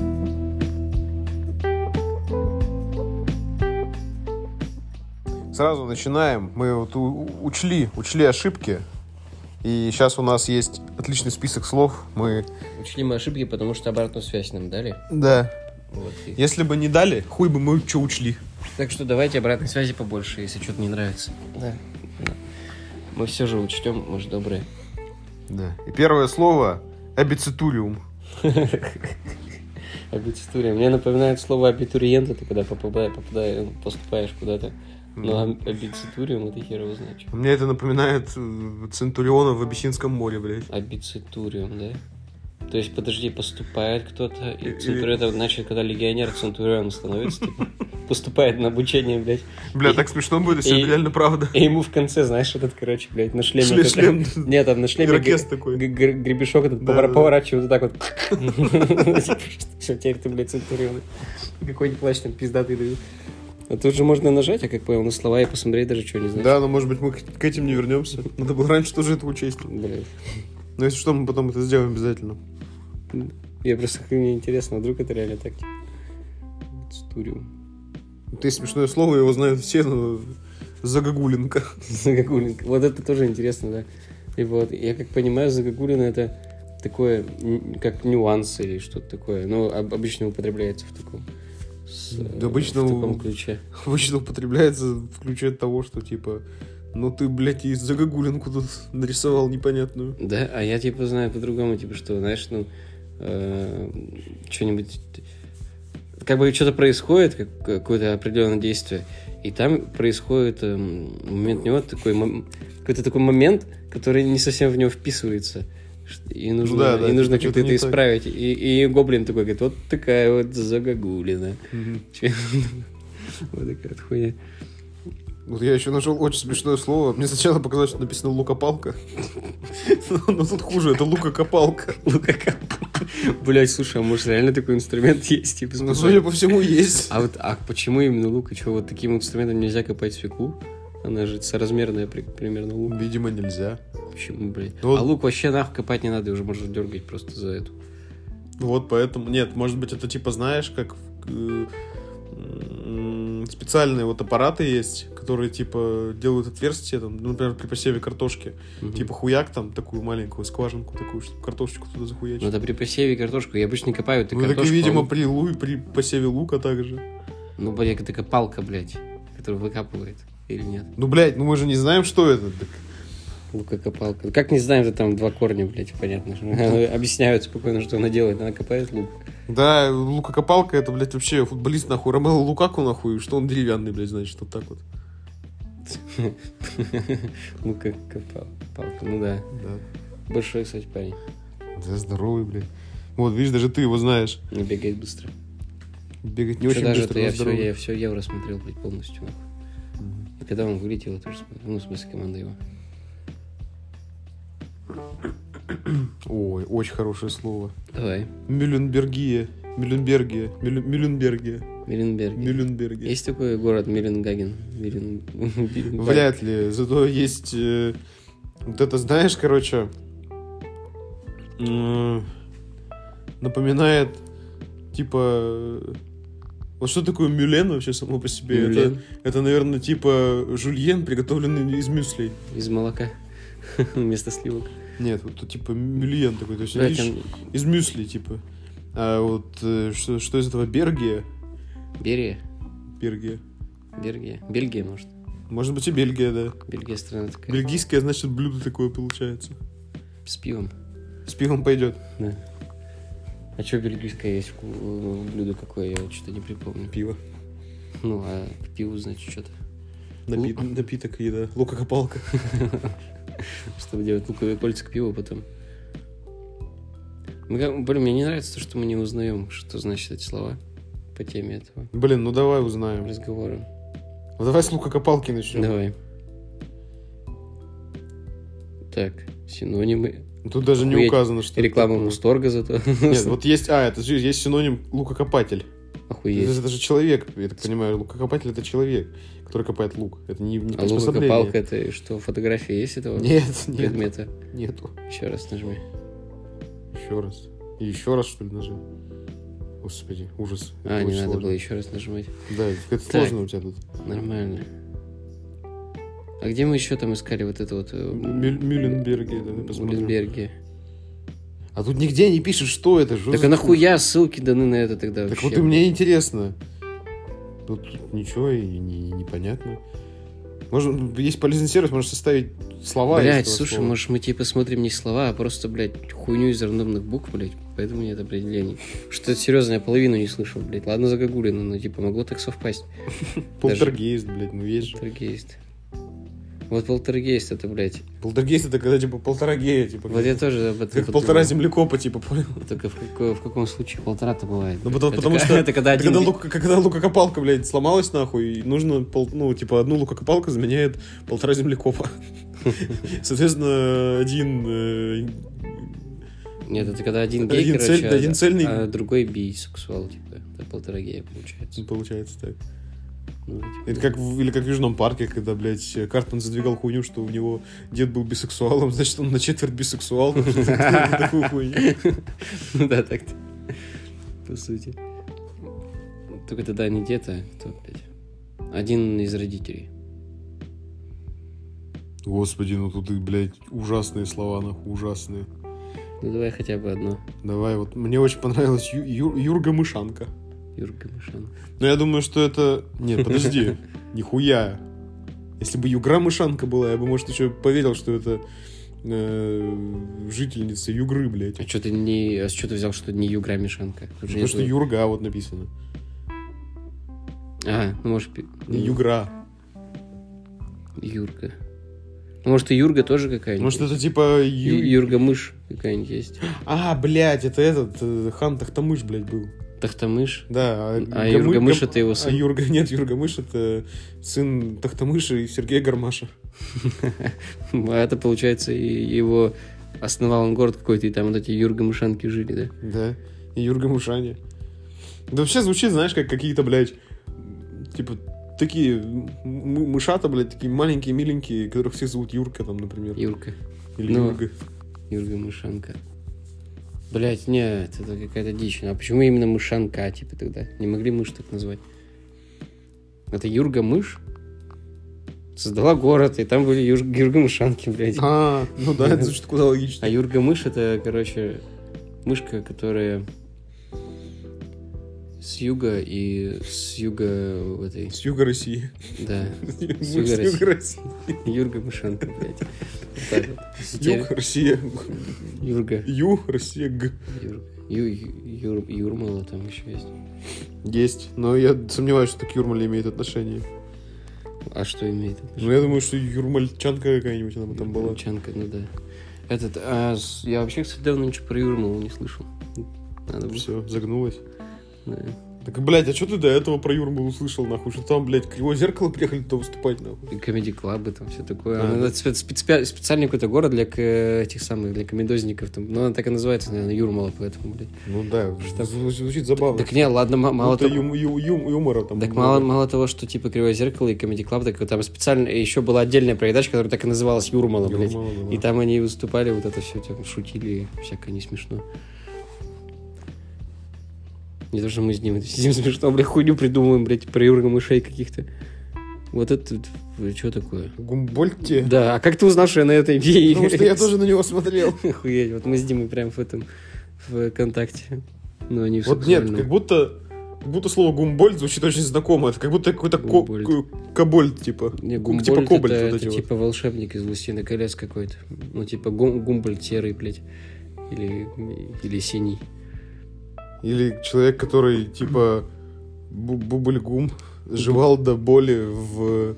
Сразу начинаем. Мы вот учли ошибки. И сейчас у нас есть отличный список слов. Учли мы ошибки, потому что обратную связь нам дали. Да. Вот. Если бы не дали, хуй бы мы что учли. Так что давайте обратной связи побольше, если что-то не нравится. Да. Мы все же учтем, мы же добрые. Да. И первое слово абицитуриум. Абитуриум. Мне напоминает слово абитуриента, ты когда поступаешь куда-то. Но абицитуриум это хер его знает. Мне это напоминает Центуриона в Абиссинском море, блядь. Абицитуриум, да? То есть, подожди, поступает кто-то, и Центурион, это значит, когда легионер Центурион становится, типа, поступает на обучение, блядь. Бля, так смешно будет, если это реально правда. И ему в конце, знаешь, этот, короче, блядь, на шлеме... Шлем. Нет, там на шлеме ирокез такой. Гребешок этот поворачивает вот так вот. Все, теперь ты, блядь, Центурион. Какой-нибудь плащ там пиздатый дают. А тут же можно нажать, а как понял, на слова и посмотреть даже, что не знаешь. Да, но может быть мы к этим не вернемся. Надо было раньше тоже это учесть. Блядь. Но если что, мы потом это сделаем обязательно. Я просто, мне интересно, вдруг это реально так. Стуриум. Ты смешное слово, его знают все, но Загогулинка. Загогулинка. Вот это тоже интересно, да. И вот, я как понимаю, Загогулина это такое, как нюанс или что-то такое. Но обычно употребляется в таком... Да обычно в таком ключе. Обычно употребляется в ключе того, что типа, ну ты, блядь, и загогулинку тут нарисовал непонятную. Да, а я типа знаю по-другому, типа, что, знаешь, ну, что-нибудь, как бы что-то происходит, какое-то определенное действие, и там происходит момент него, какой-то такой момент, который не совсем в него вписывается. И нужно, и нужно как-то это исправить. И гоблин такой говорит, вот такая вот загогулина. Вот такая вот хуйня. Вот я еще нашел очень смешное слово. Мне сначала показалось, что написано лукопалка. Но тут хуже, это лукокопалка. Блять, слушай, а может реально такой инструмент есть? Типа, ну, судя по всему, есть. А почему именно лук? И что, вот таким инструментом нельзя копать свеклу? Она же соразмерная примерно лук. Видимо, нельзя. Почему, блядь? Вот. А лук вообще нахуй копать не надо, уже можно дергать просто за эту. Вот поэтому... Нет, может быть, это типа, знаешь, как специальные вот аппараты есть, которые типа делают отверстия, там, например, при посеве картошки. Типа хуяк там, такую маленькую скважинку, такую, чтобы картошечку туда захуячить. Ну это при посеве картошку, я обычно не копаю. Ну так и, видимо, при посеве лука также. Ну, блядь, это копалка, блядь, которая выкапывает. Или нет? Ну, блядь, ну мы же не знаем, что это. Так. Лука-копалка. Как не знаем, что там два корня, блядь, понятно. Объясняют спокойно, что она делает. Она копает лук. Да, Лука-копалка, это, блядь, вообще футболист, нахуй. Ромело Лукаку, нахуй, что он деревянный, блядь, значит, вот так вот. Лука-копалка, ну да. Большой, кстати, парень. Да, здоровый, блядь. Вот, видишь, даже ты его знаешь. Не бегает быстро. Бегать не очень даже быстро, но здоровый. я все Евро смотрел, блядь, полностью. И когда он вылетел, я тоже смотрел. Ну, в смысле, команда его. Ой, очень хорошее слово. Давай. Мюлленбергия. Есть такой город Мюлленгаген? Вряд ли. Зато есть... вот это, знаешь, короче... напоминает, типа... Вот что такое мюлен вообще само по себе? Это, наверное, типа жульен, приготовленный из мюслей. Из молока. Вместо сливок. Нет, вот тут типа мюльен такой. То есть из мюсли, типа. А вот что из этого? Бергия? Бергия. Бергия. Бельгия, может. Может быть и Бельгия, да. Бельгия страна такая. Бельгийское, значит, блюдо такое получается. С пивом. С пивом пойдет. Да. А что бельгийское есть блюдо какое? Я что-то не припомню. Пиво. Ну, а к пиву, значит, что-то. Напиток, еда. Лука-копалка. Чтобы делать луковые кольца к пиву потом. Блин, мне не нравится то, что мы не узнаем, что значит эти слова по теме этого. Блин, ну давай узнаем. Разговора. Ну давай с лука-копалки начнем. Давай. Так, синонимы. Тут даже не указано, что... Реклама Мусторга зато. Нет, вот есть... это есть синоним лукокопатель. Охуеть. Это же человек, я так понимаю. Лукокопатель — это человек, который копает лук. Это не приспособление. А лукокопалка — это что, фотография есть этого предмета? Нету. Еще раз нажми. Еще раз. И еще раз, что ли, нажми? Господи, ужас. Не надо было еще раз нажимать. Да, это сложно у тебя тут. Нормально. А где мы еще там искали вот это вот... Мюлленбергия, да, Мюлленбергия. А тут нигде не пишет, что это. Так а нахуя ссылки даны на это тогда так вообще? Вот и мне интересно. Тут ничего и непонятно. Может, есть полезный сервис, можешь составить слова. Блять, слушай, может мы типа смотрим не слова, а просто, блядь, хуйню из рандомных букв, блядь, поэтому нет определений. Что-то серьезно, я половину не слышал, блядь. Ладно, загогулено, но типа могло так совпасть. Полтергейст, блядь, ну есть же. Полтергейст. Вот полтергейст это, блядь. Полтергейст это когда типа полтора гея, типа. Вот я тоже об этом. Как полтора землекопа, типа, понял? Только в каком случае полтора-то бывает? Ну потому что это когда лукокопалка, блядь, сломалась нахуй, и нужно, типа, одну лукокопалку заменяет полтора землекопа. Соответственно, один... Нет, это когда один гей, короче, один цельный... а другой бисексуал, типа. Это полтора гея получается. Получается так. Ну, это как в Южном парке, когда, блядь, Картман задвигал хуйню, что у него дед был бисексуалом, значит, он на четверть бисексуал. Такую хуйню. Ну да, так-то. По сути. Только тогда не дед, а кто, блядь? Один из родителей. Господи, ну тут, блядь, ужасные слова, нахуй, ужасные. Ну давай хотя бы одно. Давай, вот мне очень понравилась Юрга Мышанка. Юрга Мышанка. Ну, я думаю, что это... Нет, подожди. Нихуя. Если бы Югра Мышанка была, я бы, может, еще поверил, что это жительница Югры, блядь. А что ты взял, что не Югра Мышанка? Потому что Юрга вот написано. Ну может... Югра. Юрга. Может, и Юрга тоже какая-нибудь? Может, это типа... Юрга-мышь какая-нибудь есть? Блядь, это этот хан Тахтамыш, блядь, был. Тахтамыш? Да. А Юрга-мышь это его сын? Нет, Юрга-мышь это сын Тахтамыша и Сергея Гармаша. А это, получается, его основал он город какой-то, и там вот эти Юрга-мышанки жили, да? Да, и Юрга-мышане. Да вообще звучит, знаешь, как какие-то, блядь, типа, такие мышата, блядь, такие маленькие, миленькие, которых все зовут Юрка, там, например. Юрка. Или Юрга. Юрга-мышанка. Блять, нет, это какая-то дичь. А почему именно мышанка, типа, тогда? Не могли мышь так назвать? Это Юрга-мышь? Создала город, и там были Юрга-мышанки, блядь. Ну да, это звучит куда логичнее. А Юрга-мышь это, короче, мышка, которая с юга и с юга этой... С юга России. Да. С юга России. Юрга Мышенко, блядь. Вот так вот. Юг, Россия. Юрга. Ю, Россия, Г. Юрмала там еще есть. Есть, но я сомневаюсь, что к Юрмале имеет отношение. А что имеет отношение? Ну, я думаю, что юрмальчанка какая-нибудь она там была. Юрмальчанка, ну да. Я вообще, кстати, давно ничего про Юрмалу не слышал. Надо бы. Все, загнулась. Да. Так, блядь, а что ты до этого про Юрмалу услышал, нахуй? Что там, блядь, Кривое Зеркало приехали туда выступать, нахуй? И комеди-клабы, там все такое. Это специальный какой-то город для этих самых, для комедозников. Там. Ну, она так и называется, наверное, Юрмала, поэтому, блядь. Ну да, звучит забавно. Так не, ладно, мало того... юмора там. Так мало того, что типа Кривое Зеркало и комеди-клаб, так там специально еще была отдельная передача, которая так и называлась Юрмала, блядь. Юрмала, да. И там они выступали, вот это все, там, шутили, всякое не смешно. Не то, что мы с ним смешно, блядь, хуйню придумываем, блядь, про Юрга мышей каких-то. Вот это, что такое? Гумбольдте? Да, а как ты узнал, что я на этой идее? Потому что я тоже на него смотрел. Охуеть, вот мы с Димой прям в ВКонтакте. Но они в Вот нет, как будто слово гумбольд звучит очень знакомо. Это как будто какой-то кобольд, типа. Не, Типа Гумбольд кобальт это, вот эти вот. типа волшебник из «Властелина колец» какой-то. Ну, типа Гумбольд серый, блядь. Или синий. Или человек, который, типа, бубльгум жевал до боли в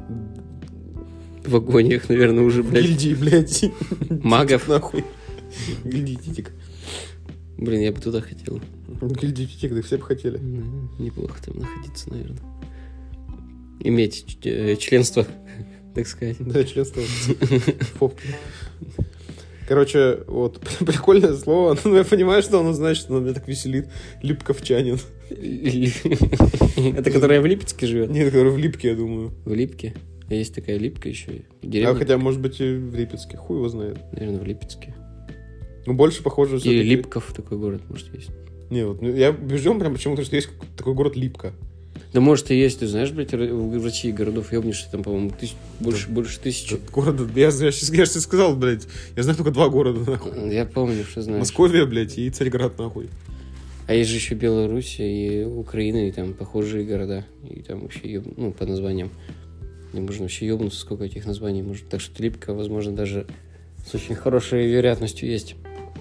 агониях, наверное, уже, блядь. гильдии, блядь. Магов. Нахуй. Гильдии титик. Блин, я бы туда хотел. Гильдии титик, да все бы хотели. Неплохо там находиться, наверное. Иметь членство, так сказать. Да, членство в попке. Короче, вот, прикольное слово. Ну, я понимаю, что оно значит, но меня так веселит. Липковчанин. Это которая в Липецке живет? Нет, который в Липке, я думаю. В Липке? А есть такая Липка еще? А хотя, может быть, и в Липецке. Хуй его знает. Наверное, в Липецке. Ну, больше похоже... Или Липков такой город, может, есть. Не, вот, я убежден прям почему-то, что есть такой город Липка. Да может и есть, ты знаешь, блядь, в России городов ебнешь, там, по-моему, больше тысячи. Города, я же тебе сказал, блядь, я знаю только 2 города, нахуй. Я помню, что знаю. Московия, блядь, и Царьград, нахуй. А есть же еще Беларусь и Украина, и там похожие города, и там вообще, ну, по названиям. И можно вообще ебнуться, сколько этих названий может. Так что Липка, возможно, даже с очень хорошей вероятностью есть.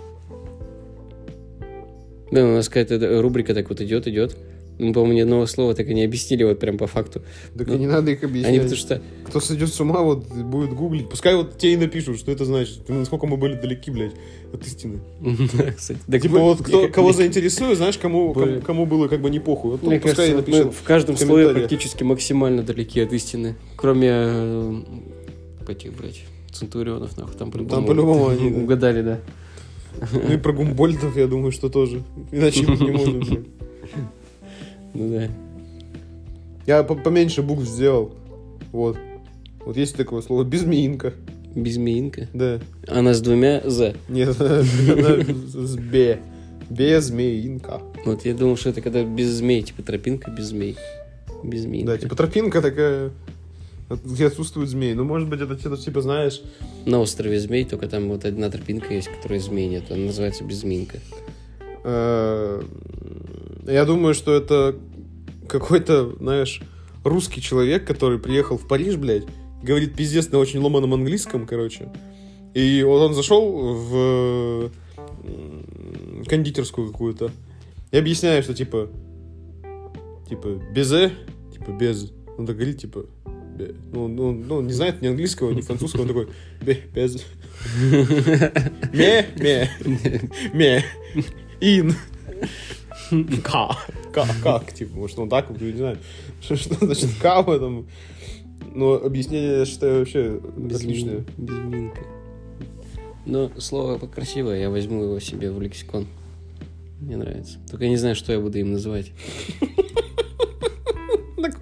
Да, у нас какая-то рубрика так вот идет. Мы, по-моему, ни одного слова так и не объяснили вот прям по факту. Так и не надо их объяснять. Они потому что... Кто сойдет с ума, вот будет гуглить. Пускай вот те и напишут, что это значит. Насколько мы были далеки, блядь, от истины. Да, кстати. Типа вот кого заинтересует, знаешь, кому было как бы не похуй. Вот мне пускай кажется, напишет мы в каждом слове практически максимально далеки от истины. Кроме этих, блядь, центурионов, нахуй. Там по-любому они угадали, да. Ну и про гумбольдов, я думаю, что тоже. Иначе не можем, блядь. Ну да. Я поменьше букв сделал. Вот. Вот есть такое слово безмеинка. Безмеинка? Да. Она с 2 «з». Нет, она с «б». Безмеинка. Вот я думал, что это когда без змей, типа тропинка без змей. Безмеинка. Да, типа тропинка такая, где отсутствует змей. Ну, может быть, это типа, знаешь... На острове Змей, только там вот одна тропинка есть, которой змей нет. Она называется Безмеинка. Я думаю, что это какой-то, знаешь, русский человек, который приехал в Париж, блядь, говорит пиздец на очень ломаном английском, короче. И вот он зашел в кондитерскую какую-то и объясняет, что типа безе, типа без. Он так говорит, типа, ну, не знает ни английского, ни французского, он такой, без. Ме, ин. Как, типа, может, он так, не знаю, что значит кава там. Но объяснение, я считаю, вообще отличное. Безминка. Но слово покрасивое, я возьму его себе в лексикон. Мне нравится. Только я не знаю, что я буду им называть. Так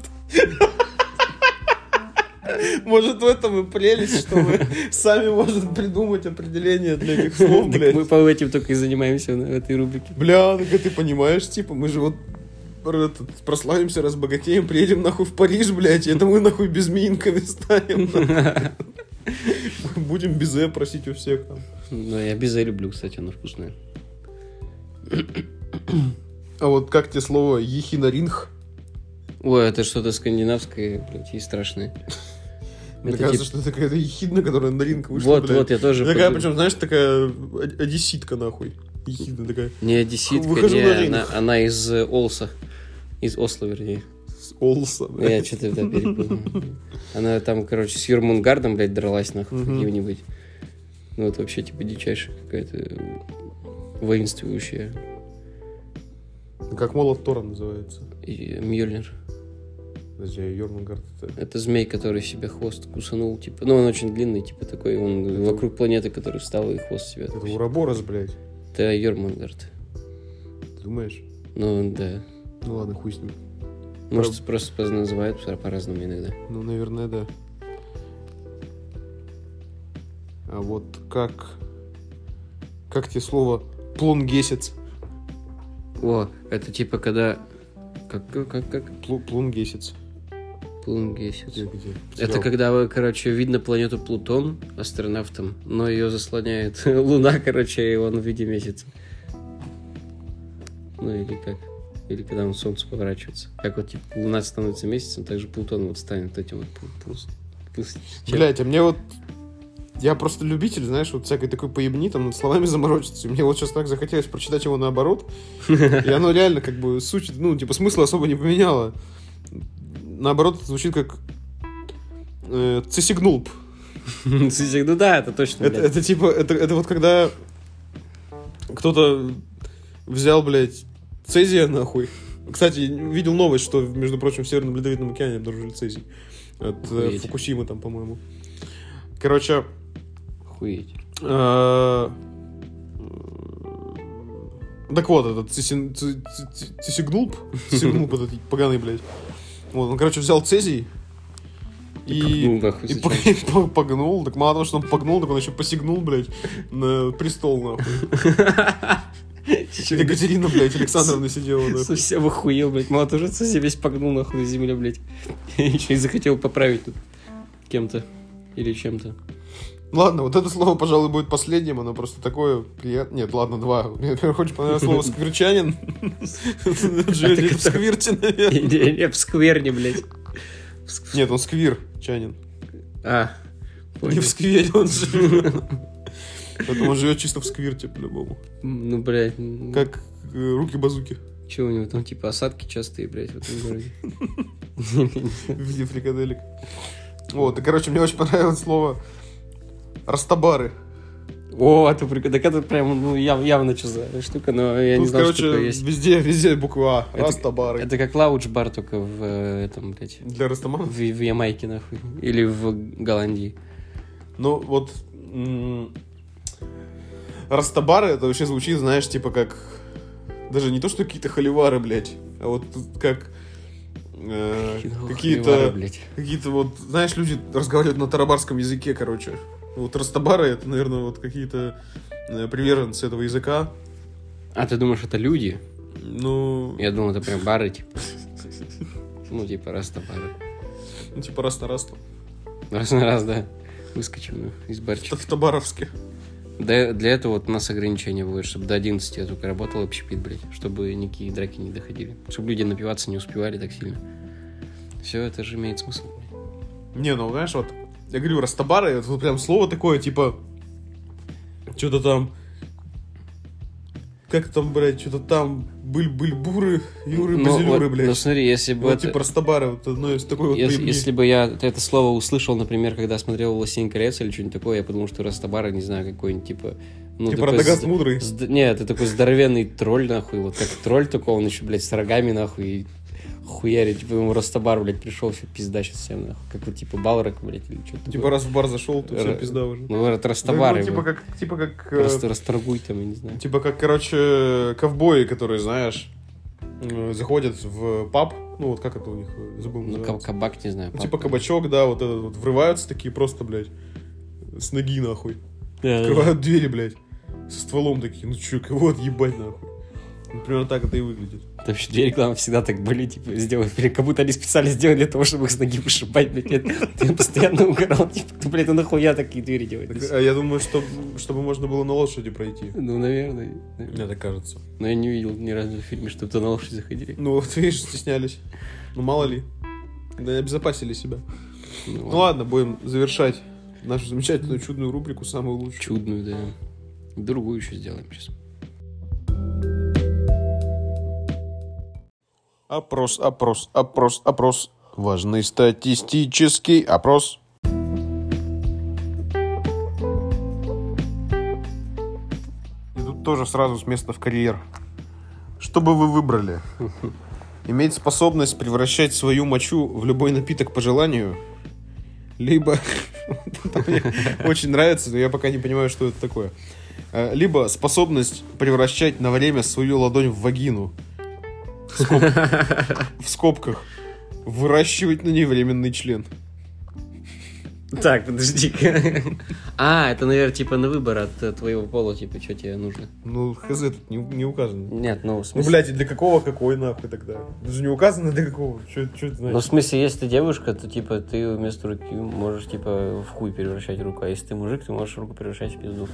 может в этом и прелесть, что мы сами можем придумать определение для этих слов, блядь. Мы по этим только и занимаемся в этой рубрике. Бля, так ты понимаешь, типа, мы же вот прославимся, разбогатеем, приедем нахуй в Париж, блядь, и это мы нахуй безминками станем. Будем безе просить у всех там. Ну, я безе люблю, кстати, оно вкусное. А вот как тебе слово ехиноринг? Ой, это что-то скандинавское, блядь, и страшное. Мне Это кажется, типа- что это какая-то ехидна, которая на ринг вышла, блядь. Вот, я тоже Такая, подумал. причем, знаешь, такая одесситка, нахуй. Ехидна такая. Не одесситка, Выхожу не, на ринг. она из Олса. Из Осло, вернее. С Олса, блядь. Я что-то да, перепутал. Она там, короче, с Юрмунгардом, блядь, дралась, нахуй, Мгм. каким-нибудь. Ну, это вообще, типа, дичайшая какая-то воинствующая. Как молот Тора называется. И Мьёльнир. Подожди, а Йормунгард это... Это змей, который себе хвост кусанул, типа. Ну, он очень длинный, типа, такой. Он вокруг планеты, который встал и хвост себе. Это Ураборос, блядь. Это Йормунгард. Ты думаешь? Ну, да. Ну ладно, хуй с ним. Может, просто называют по-разному иногда. Ну, наверное, да. А вот как тебе слово плунгесец? О, это типа когда... Как? Плунгесец. Плунгесец. Где? Это когда, короче, видно планету Плутон астронавтом, но ее заслоняет Луна, короче, и он в виде месяца. Ну или как? Или когда он Солнце поворачивается. Как вот, типа, Луна становится месяцем, так же Плутон вот станет этим вот Блять, а мне вот... Я просто любитель, знаешь, вот всякой такой поебни, там, над словами заморочиться. И мне вот сейчас так захотелось прочитать его наоборот. И оно реально, как бы, суть, ну, типа, смысла особо не поменяло. Наоборот, это звучит как... цисигнулп. Ну да, это точно, Это типа, это вот когда кто-то взял, блядь, цезия, нахуй. Кстати, видел новость, что, между прочим, в Северном Ледовитом океане обнаружили цезий. От Охуеть. Фукусимы там, по-моему. Короче... Охуеть. Так вот, этот цисигнулп, этот поганый, блядь. Вот, он, короче, взял цезий и погнул. Так мало того, что он погнул, так он еще посигнул, блядь, на престол, нахуй. Екатерина, блядь, Александровна сидела, нахуй. Совсем охуел, блядь. Мало тоже цезий весь погнул, нахуй, на земле, блядь. Еще и захотел поправить тут кем-то или чем-то. Ладно, вот это слово, пожалуй, будет последним, оно просто такое приятное. Нет, ладно, два. Мне, во-первых, очень понравилось слово «скверчанин». Живет в сквирте, наверное. Не, в скверне, блядь. Нет, он сквирчанин. А, Не в сквере он живет. Поэтому он живет чисто в сквирте, по-любому. ну, блядь. Как руки-базуки. Че у него там, типа, осадки частые, блядь, в этом городе? В виде фрикаделек. Вот, и, короче, мне очень понравилось слово «растабары». О, это прикольно. Так это прям, ну, явно что за штука, но я не Тут, знал, что такое короче, есть. везде буква «А». Это- «Растабары». Это как лаудж-бар, только в этом, блядь, Для растаманов? в Ямайке, нахуй. Или в Голландии. Ну, вот... Растабары, это вообще звучит, знаешь, типа как... Даже не то, что какие-то холивары, блядь, а вот тут как... Холивары, какие-то... блядь. Какие-то вот... Знаешь, люди разговаривают на тарабарском языке, короче. Вот растабары, это, наверное, вот какие-то приверженцы этого языка. А ты думаешь, это люди? Ну... Я думал, это прям бары, типа. Ну, типа, раз-то-бары. Ну, типа раз на раз. Раз на раз, да. Выскочим из барчика. В Табаровске. Для этого вот у нас ограничения бывают, чтобы до 11 я только работал общепит, блядь, чтобы никакие драки не доходили. Чтобы люди напиваться не успевали так сильно. Все это же имеет смысл. Не, ну, знаешь, вот... Я говорю, растабары, это вот прям слово такое, типа... Что-то там... Как там, блядь, что-то там... Быль-быль-буры, юры-базилюры, блядь. Ну, смотри, если бы Вот это... типа растабары, вот одно из такой вот поебни. Если бы я это слово услышал, например, когда смотрел «Властелин колец» или что-нибудь такое, я подумал, что Растабара, не знаю, какой-нибудь, типа... Ну, Типа такой Радагаст мудрый. Нет, это такой здоровенный тролль, нахуй, вот как тролль только, он еще, блядь, с рогами, нахуй, и хуярит, типа ему Растабар, блядь, пришел, все пизда сейчас всем, нахуй, как вот, типа, Балрак, блядь, или что-то Типа раз в бар зашел, то все пизда уже. Ну, это Растабар, Ну, его. типа как... Просто расторгуй там, я не знаю. Типа как, короче, ковбои, которые, знаешь, заходят в паб, ну вот как это у них, забыл Ну, называется. кабак, не знаю. Ну, типа кабачок, да, вот этот вот, врываются такие просто, блядь, с ноги, нахуй. Открывают двери, блядь, со стволом такие, ну чё, кого отъебать, нахуй. Примерно так это и выглядит. Это вообще две рекламы всегда так были, типа, сделали, как будто они специально сделали для того, чтобы их с ноги вышибать, блядь, нет. Ты постоянно угорал, типа, ты, блядь, нахуя такие двери делать? А я думаю, чтобы можно было на лошади пройти. Ну, наверное. Мне так кажется. Но я не видел ни разу в фильме, чтобы то на лошади заходили. Ну, вот видишь, стеснялись. Ну, мало ли. Да, обезопасили себя. Ну ладно, будем завершать нашу замечательную чудную рубрику, самую лучшую. Чудную, да. Другую еще сделаем сейчас. Опрос. Важный статистический опрос. И тут тоже сразу с места в карьер. Что бы вы выбрали? Иметь способность превращать свою мочу в любой напиток по желанию? Либо... Мне очень нравится, но я пока не понимаю, что это такое. Либо способность превращать на время свою ладонь в вагину. В скобках. Выращивать на ней временный член. Так, подожди-ка. Это, наверное, типа на выбор от твоего пола, типа, что тебе нужно. Ну, хз тут не указано. Нет, ну, в Ну, смысле... блядь, и для какого какой нахуй тогда? Даже не указано для какого. Что это значит? Ну, в смысле, если ты девушка, то, типа, ты вместо руки можешь, типа, в хуй превращать руку. А если ты мужик, ты можешь руку превращать в пизду.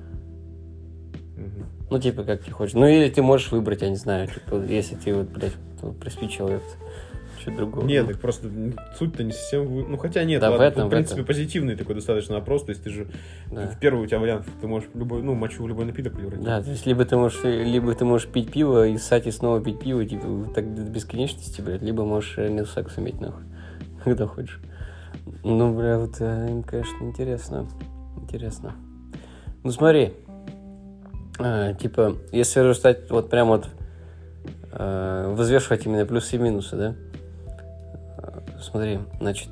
Ну, типа, как ты хочешь. Ну, или ты можешь выбрать, я не знаю, типа, если ты, вот, блядь, приспичил это, что-то другое. Нет, так просто суть-то не совсем... Ну, хотя нет, да, ладно, в принципе, этом. позитивный такой достаточно вопрос. То есть ты же... Да. В первый у тебя вариант, ты можешь любой, мочу в любой напиток превратить. Да, то есть либо ты можешь пить пиво и ссать и снова пить пиво, типа, так до бесконечности, блядь, либо можешь реально секс иметь, нахуй, когда хочешь. Ну, бля, вот, конечно, интересно. Ну, смотри, типа, если разжать вот прям вот взвешивать именно плюсы и минусы, да? Смотри, значит,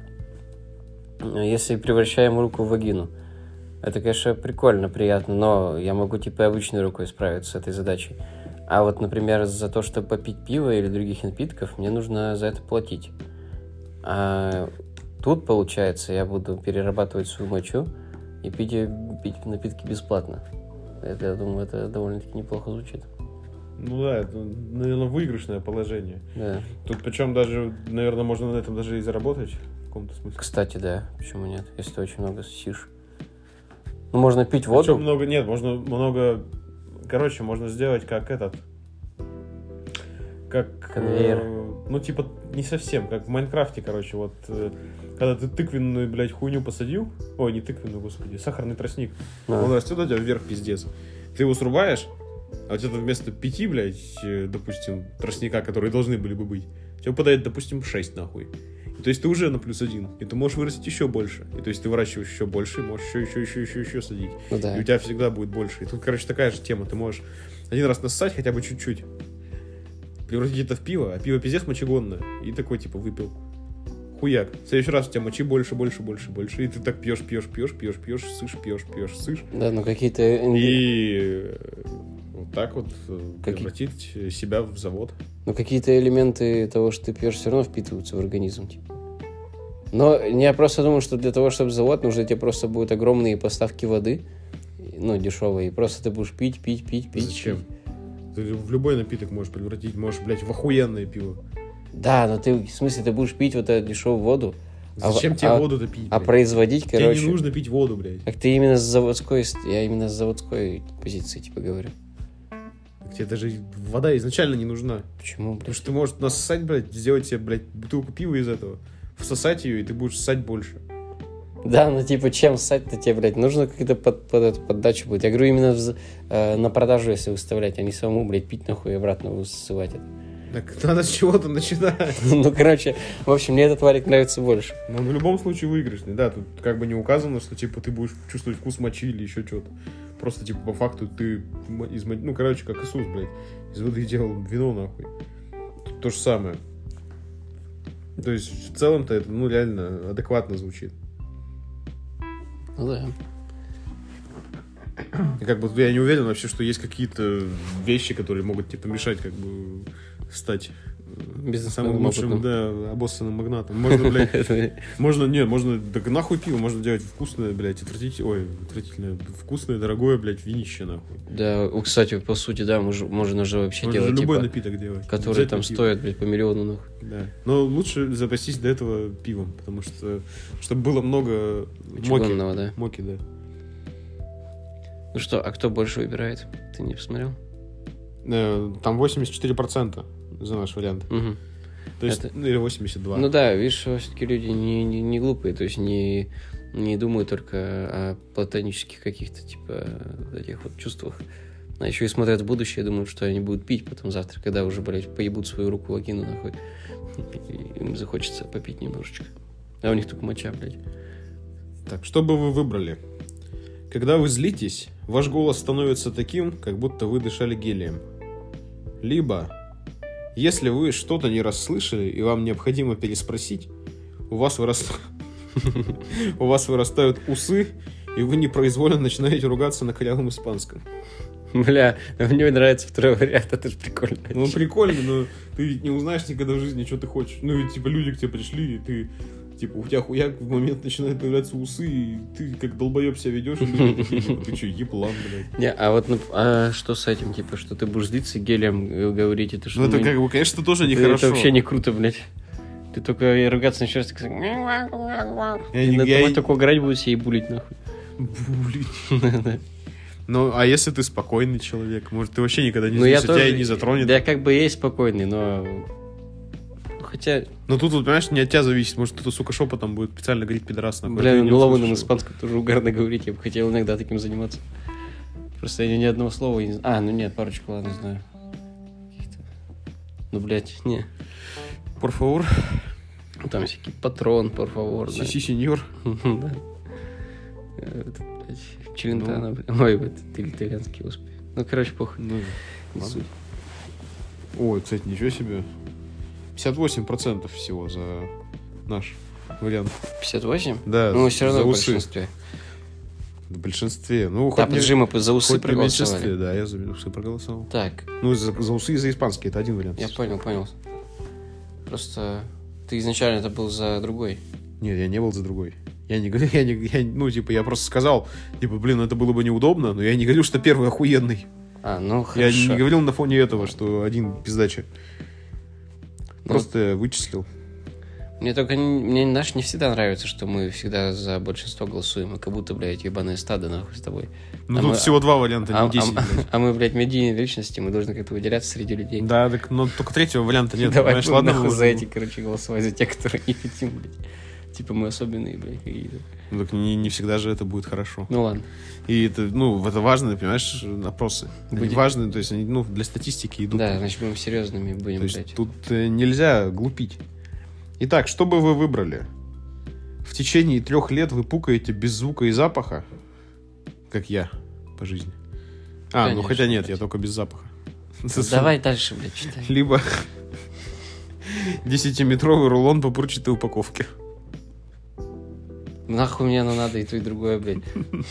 если превращаем руку в вагину, это, конечно, прикольно, приятно, но я могу, типа, обычной рукой справиться с этой задачей. А вот, например, за то, чтобы попить пиво или других напитков, мне нужно за это платить. А тут, получается, я буду перерабатывать свою мочу и пить напитки бесплатно. Это, я думаю, это довольно-таки неплохо звучит. Ну да, это, наверное, выигрышное положение. Да. Тут причем даже, наверное, можно на этом даже и заработать в каком-то смысле. Кстати, да, почему нет, если ты очень много сосишь. Ну, можно пить воду. Причем много, нет, можно много... Короче, можно сделать как этот... Как... Конвейер. Ну, типа, не совсем, как в Майнкрафте, короче, вот... Когда ты тыквенную, блядь, хуйню посадил... Ой, не тыквенную, господи, сахарный тростник. Он растет у тебя вверх, пиздец. Ты его срубаешь, а у тебя вместо 5, блядь, допустим, тростника, которые должны были бы быть, тебе выпадает, допустим, 6, нахуй. И, то есть ты уже на +1, и ты можешь вырастить еще больше. И то есть ты выращиваешь еще больше, и можешь еще садить. Ну, да. И у тебя всегда будет больше. И тут, короче, такая же тема. Ты можешь один раз нассать хотя бы чуть-чуть, превратить это в пиво, а пиво пиздец мочегонное. И такой, типа, выпил. Хуяк. В следующий раз у тебя мочи больше. И ты так пьешь, сышь. Да, ну какие-то... И вот так вот превратить себя в завод. Ну какие-то элементы того, что ты пьешь, все равно впитываются в организм, типа. Но я просто думаю, что для того, чтобы завод, нужно тебе просто будут огромные поставки воды, ну, дешевые, и просто ты будешь пить. Зачем? Ты в любой напиток можешь превратить, можешь, блядь, в охуенное пиво. Да, но ты, в смысле, ты будешь пить вот эту дешевую воду. Зачем тебе воду-то пить, блядь? А производить, короче... Тебе не нужно пить воду, блядь. Так ты именно с заводской... Я именно с заводской позиции, типа, говорю. Тебе даже вода изначально не нужна. Почему, блядь? Потому что ты можешь насосать, блядь, сделать себе, блядь, бутылку пива из этого, всосать ее, и ты будешь ссать больше. Да, ну типа, чем ссать-то тебе, блядь, нужно какую-то поддачу будет. Я говорю, именно на продажу, если выставлять, а не самому, блядь, пить нахуй и обратно высывать это. Так надо с чего-то начинать. Ну, короче, в общем, мне этот варик нравится больше. Но в любом случае выигрышный, да, тут как бы не указано, что, типа, ты будешь чувствовать вкус мочи или еще что-то. Просто, типа, по факту ты ну, короче, как Иисус, блядь, из воды делал вино, нахуй. Тут то же самое. То есть, в целом-то это, ну, реально адекватно звучит. Ну, да. И как бы я не уверен вообще, что есть какие-то вещи, которые могут тебе помешать, как бы, стать бизнесменом самым лучшим, опытным. да, обоссанным магнатом. Можно, блядь, можно, так нахуй пиво, можно делать вкусное, блядь, отвратительное, вкусное, дорогое, блядь, винище, нахуй. Да, кстати, по сути, да, можно же вообще Можно делать, любой типа, напиток делать. который там стоит, блядь, по миллиону, нахуй. Да. Но лучше запастись до этого пивом, потому что, чтобы было много Чугунного, да. моки, да. Ну что, а кто больше выбирает? Ты не посмотрел? Там 84% за наш вариант. Угу. То есть, или 82. Ну да, видишь, все-таки люди не глупые, то есть не думают только о платонических каких-то, типа, этих вот чувствах. А еще и смотрят в будущее, думают, что они будут пить потом завтра, когда уже, блядь, поебут свою руку вагину, нахуй. И им захочется попить немножечко. А у них только моча, блядь. Так, что бы вы выбрали? Когда вы злитесь, ваш голос становится таким, как будто вы дышали гелием. Либо, если вы что-то не расслышали и вам необходимо переспросить, у вас вырастают усы, и вы непроизвольно начинаете ругаться на корявом испанском. Бля, мне нравится второй вариант, это же прикольно. Ну, прикольно, но ты ведь не узнаешь никогда в жизни, что ты хочешь. Ну, ведь, типа, люди к тебе пришли, и ты, типа, у тебя хуяк в момент начинают появляться усы, и ты как долбоеб себя ведешь, и люди такие, типа, ты что, еблан, блядь. Не, а вот а что с этим, типа, что ты будешь злиться гелем говорить, это что? Ну, это, как бы, конечно, тоже нехорошо. Это вообще не круто, блядь. Ты только ругаться начнешь, так сказать, и только угорать будут себе и булить, нахуй. Булить. Ну, а если ты спокойный человек? Может, ты вообще никогда не злишься, тебя и не затронет? Да, я как бы есть спокойный, но... Хотя... Но тут, вот, понимаешь, не от тебя зависит. Может, кто-то, сука, шепотом будет специально говорить пидорас. Бля, на ломаном испанском тоже угарно говорить. Я бы хотел иногда таким заниматься. Просто я ни одного слова не знаю. А, ну нет, парочку, ладно, знаю. Каких-то... Ну, блядь, не. Por favor. Там всякий патрон, por favor. Си, сеньор. Да. Челентано, ой, это итальянский успех. Ну, короче, похуй. Ну, ой, кстати, ничего себе. 58% всего за наш вариант. 58? Да. Ну, все равно в усы. большинстве. В большинстве. Ну, да, подожди, мы за усы хоть проголосовали. В меньшинстве, да, я за усы проголосовал. Так. Ну, за усы и за испанский, это один вариант. Я понял. Просто ты изначально это был за другой. Нет, я не был за другой. Я просто сказал, типа, блин, это было бы неудобно, но я не говорил, что первый охуенный. А, ну хорошо. Я не говорил на фоне этого, что один пиздача. Просто вычислил. Мне не всегда нравится, что мы всегда за большинство голосуем, и как будто, блядь, ебаное стадо, нахуй, с тобой. Ну, тут всего 2 варианта, не 10, блядь. А мы, блядь, медийные личности, мы должны как-то выделяться среди людей. Да, так, но только третьего варианта нет. Давай, понимаешь, ладно, нахуй за эти, короче, голосовать, за те, которые не хотим, блядь. Типа мы особенные, блядь, какие-то. Ну, так не всегда же это будет хорошо. Ну, ладно. И это, это важные, понимаешь, опросы. Они важные, то есть они, для статистики идут. Да, значит, будем серьезными будем, то есть блядь. тут нельзя глупить. Итак, что бы вы выбрали? В течение 3 лет вы пукаете без звука и запаха, как я по жизни. Конечно, ну хотя нет, блядь. Я только без запаха. Давай дальше, блядь, читай. Либо 10-метровый рулон пупырчатой упаковки. Нахуй мне надо и то, и другое, блядь.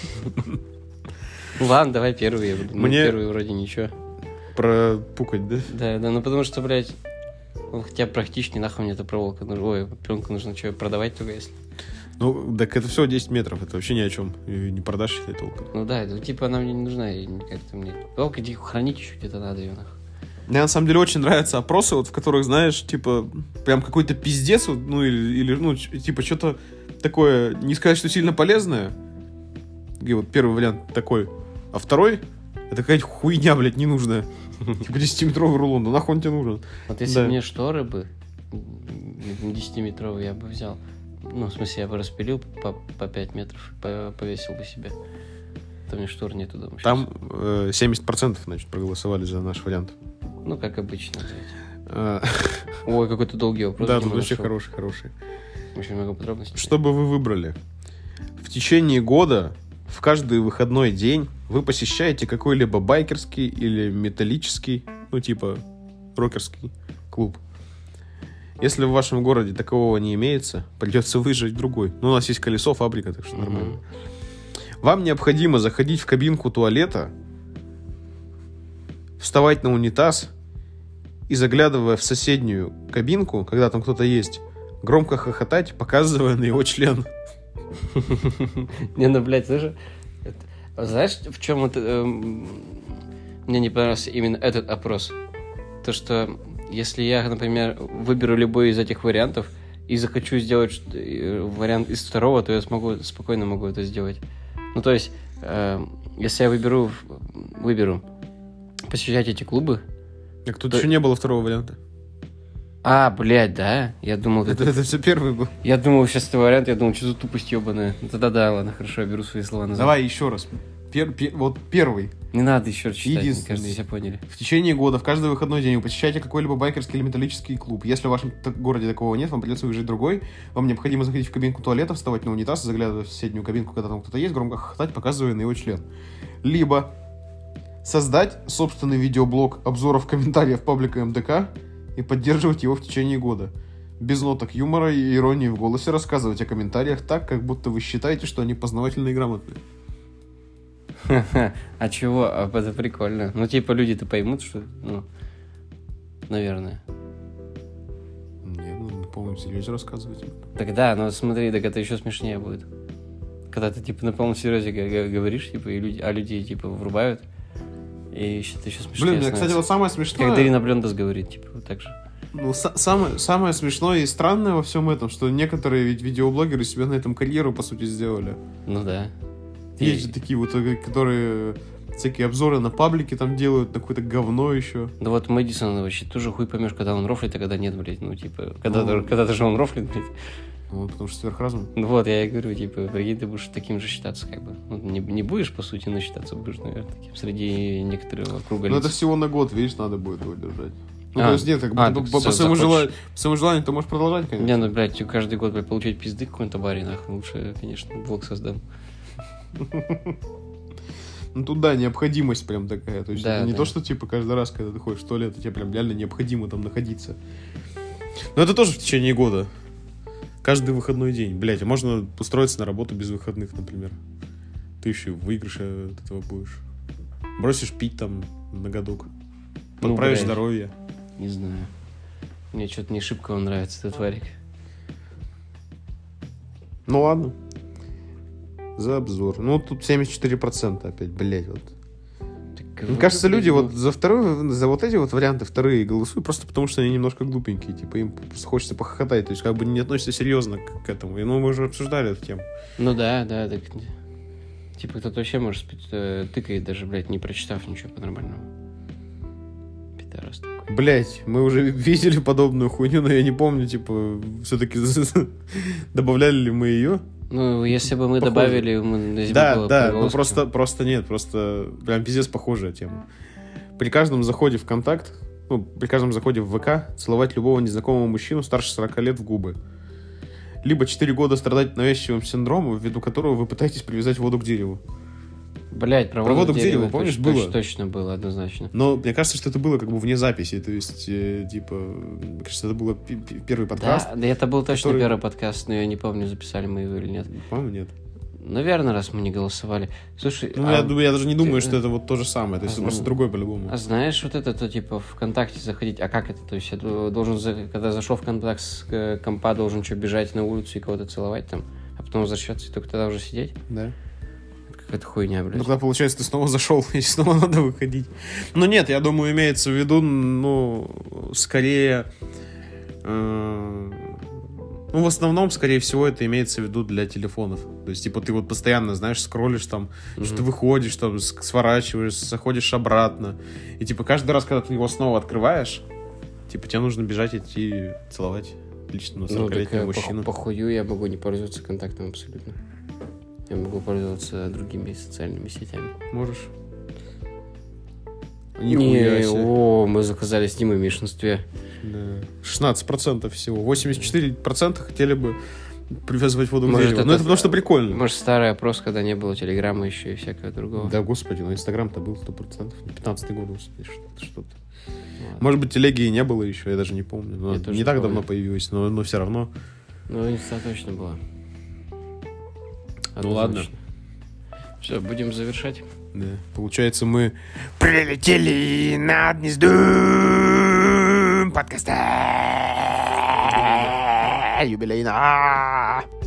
Ладно, давай первый. Мне первый вроде ничего. Пропукать, да? Да, ну потому что, блядь, он хотя бы практичнее, нахуй мне эта проволока нужна. Ой, пленку нужно что, продавать только если. Ну, так это всего 10 метров, это вообще ни о чем. И не продашь считай толком. Ну да, типа она мне не нужна, и как-то мне. Только хранить еще где-то надо ее, нахуй. Мне на самом деле очень нравятся опросы, вот в которых, знаешь, типа, прям какой-то пиздец, вот, ну, или типа, что-то такое, не сказать, что сильно полезное. И вот первый вариант такой. А второй, это какая-то хуйня, блядь, ненужная. Типа 10-метровый рулон, да нахуй он тебе нужен? Вот если мне шторы бы 10-метровые я бы взял. Ну, в смысле, я бы распилил по 5 метров, повесил бы себе. Там мне штор нету дома. Там 70%, значит, проголосовали за наш вариант. Ну, как обычно, блядь. Ой, какой-то долгий вопрос. Да, тут вообще хороший. Очень много подробностей. Что бы вы выбрали? В течение года, в каждый выходной день, вы посещаете какой-либо байкерский или металлический, ну, типа, рокерский клуб. Если в вашем городе такового не имеется, придется выезжать в другой. Ну, у нас есть колесо, фабрика, так что нормально. Вам необходимо заходить в кабинку туалета, вставать на унитаз и, заглядывая в соседнюю кабинку, когда там кто-то есть, громко хохотать, показывая на его член. Не, ну, блядь, знаешь, в чем это... Мне не понравился именно этот опрос. То, что если я, например, выберу любой из этих вариантов и захочу сделать вариант из второго, то я спокойно могу это сделать. Ну, то есть, если я выберу посещать эти клубы... Так тут еще не было второго варианта. Блядь, да? Я думал... Это все первый был. Я думал, сейчас это вариант, я думал, что за тупость ебаная. Тогда да, ладно, хорошо, я беру свои слова назад. Давай еще раз. Вот первый. Не надо еще раз читать, мне Единственный. кажется, все поняли. В течение года, в каждый выходной день вы посещаете какой-либо байкерский или металлический клуб. Если в вашем городе такого нет, вам придется выезжать в другой. Вам необходимо заходить в кабинку туалета, вставать на унитаз, заглядывать в соседнюю кабинку, когда там кто-то есть, громко хохотать, показывая на его член. Либо создать собственный видеоблог обзоров комментариев паблика МДК и поддерживать его в течение года. Без ноток юмора и иронии в голосе рассказывать о комментариях так, как будто вы считаете, что они познавательные и грамотные. А чего? Это прикольно. Ну, типа, люди-то поймут, что... Ну, наверное. Не, на полном серьезе рассказывать. Так да, но смотри, так это еще смешнее будет. Когда ты, типа, на полном серьезе говоришь, типа, и люди, типа, врубают. И это еще смешнее. Блин, мне, кстати, вот самое смешное... Как Дарина Блендас говорит, типа, вот так же. Ну, самое смешное и странное во всем этом, что некоторые ведь видеоблогеры себе на этом карьеру, по сути, сделали. Ну да. Есть же такие вот, которые всякие обзоры на паблике там делают, на какое-то говно еще. Да вот Мэдисон вообще тоже хуй поймешь, когда он рофлит, а когда нет, блядь. Ну, типа, когда-то же он рофлит, блядь. Ну, потому что сверхразум. Ну вот, я и говорю, типа, прикинь, ты будешь таким же считаться, как бы. Ну, не будешь, по сути, но считаться будешь, наверное, таким среди некоторого круга лиц. Ну, это всего на год, видишь, надо будет его держать. Ну, то есть, нет, как бы, по своему желанию ты можешь продолжать, конечно. Не, ну, блядь, каждый год, блядь, получать пизды в каком-то баре, нахуй, лучше, конечно, блог создам. Ну, тут, да, необходимость прям такая. То есть, да, это не да. то, что, типа, каждый раз, когда ты ходишь в туалет, тебе прям реально необходимо там находиться. Но это тоже в течение года. Каждый выходной день. Блядь, а можно устроиться на работу без выходных, например. Ты еще в выигрыше от этого будешь. Бросишь пить там на годок. Подправишь здоровье. Не знаю. Мне что-то не шибко он нравится, этот варик. Ну, ладно. За обзор. Ну, тут 74% опять, блядь, вот. Мне кажется, люди вот за вот эти вот варианты вторые голосуют просто потому, что они немножко глупенькие. Типа, им просто хочется похохотать. То есть, как бы не относятся серьезно к этому. И, ну, мы уже обсуждали эту тему. Ну, да, так... Типа, кто-то вообще, может, тыкает даже, блядь, не прочитав ничего по-нормальному. Пидорас такой. Блядь, мы уже видели подобную хуйню, но я не помню, типа, все-таки добавляли ли мы ее. Ну, если бы мы добавили, мы да, ну просто нет, просто прям пиздец похожая тема. При каждом заходе в контакт, ну, при каждом заходе в ВК целовать любого незнакомого мужчину старше 40 лет в губы. Либо 4 года страдать навязчивым синдромом, ввиду которого вы пытаетесь привязать воду к дереву. Блять, про воду к дереву, помнишь, было? Точно было, однозначно. Но мне кажется, что это было как бы вне записи. То есть, типа, мне кажется, это был первый подкаст. Да, это был точно первый подкаст, но я не помню, записали мы его или нет. По-моему, нет. Наверное, раз мы не голосовали. Слушай, ну, я даже не думаю, что это вот то же самое. То есть, это просто другой по-любому. А знаешь, вот это, то, типа, ВКонтакте заходить. А как это? То есть, я должен, когда зашел в контакт с компа, должен что, бежать на улицу и кого-то целовать там, а потом возвращаться и только тогда уже сидеть? Да. Какая-то хуйня, блядь. Ну, тогда, получается, ты снова зашел, и снова надо выходить. Ну, нет, я думаю, имеется в виду, ну, скорее... Ну, в основном, скорее всего, это имеется в виду для телефонов. То есть, типа, ты вот постоянно, знаешь, скроллишь там, что-то выходишь, там, сворачиваешь, заходишь обратно. И, типа, каждый раз, когда ты его снова открываешь, типа, тебе нужно бежать идти целовать лично 40-летнего мужчину. По хую я могу не пользоваться контактом абсолютно. Я могу пользоваться другими социальными сетями. Можешь. Мы заказали с Димой в меньшинстве. Да. 16% всего. 84% хотели бы привязывать воду к дереву. Ну, это потому что прикольно. Может, старый опрос, когда не было Телеграма еще и всякого другого. Да, господи, но Инстаграм-то был 100%. 15-й год, что-то. Может быть, телеги и не было еще, я даже не помню. Но не так давно появилось, но все равно. Ну, Инста точно была. Ну, ладно. Все, будем завершать. Да. Получается, мы прилетели над гнездом. подкасте. Юбилейно.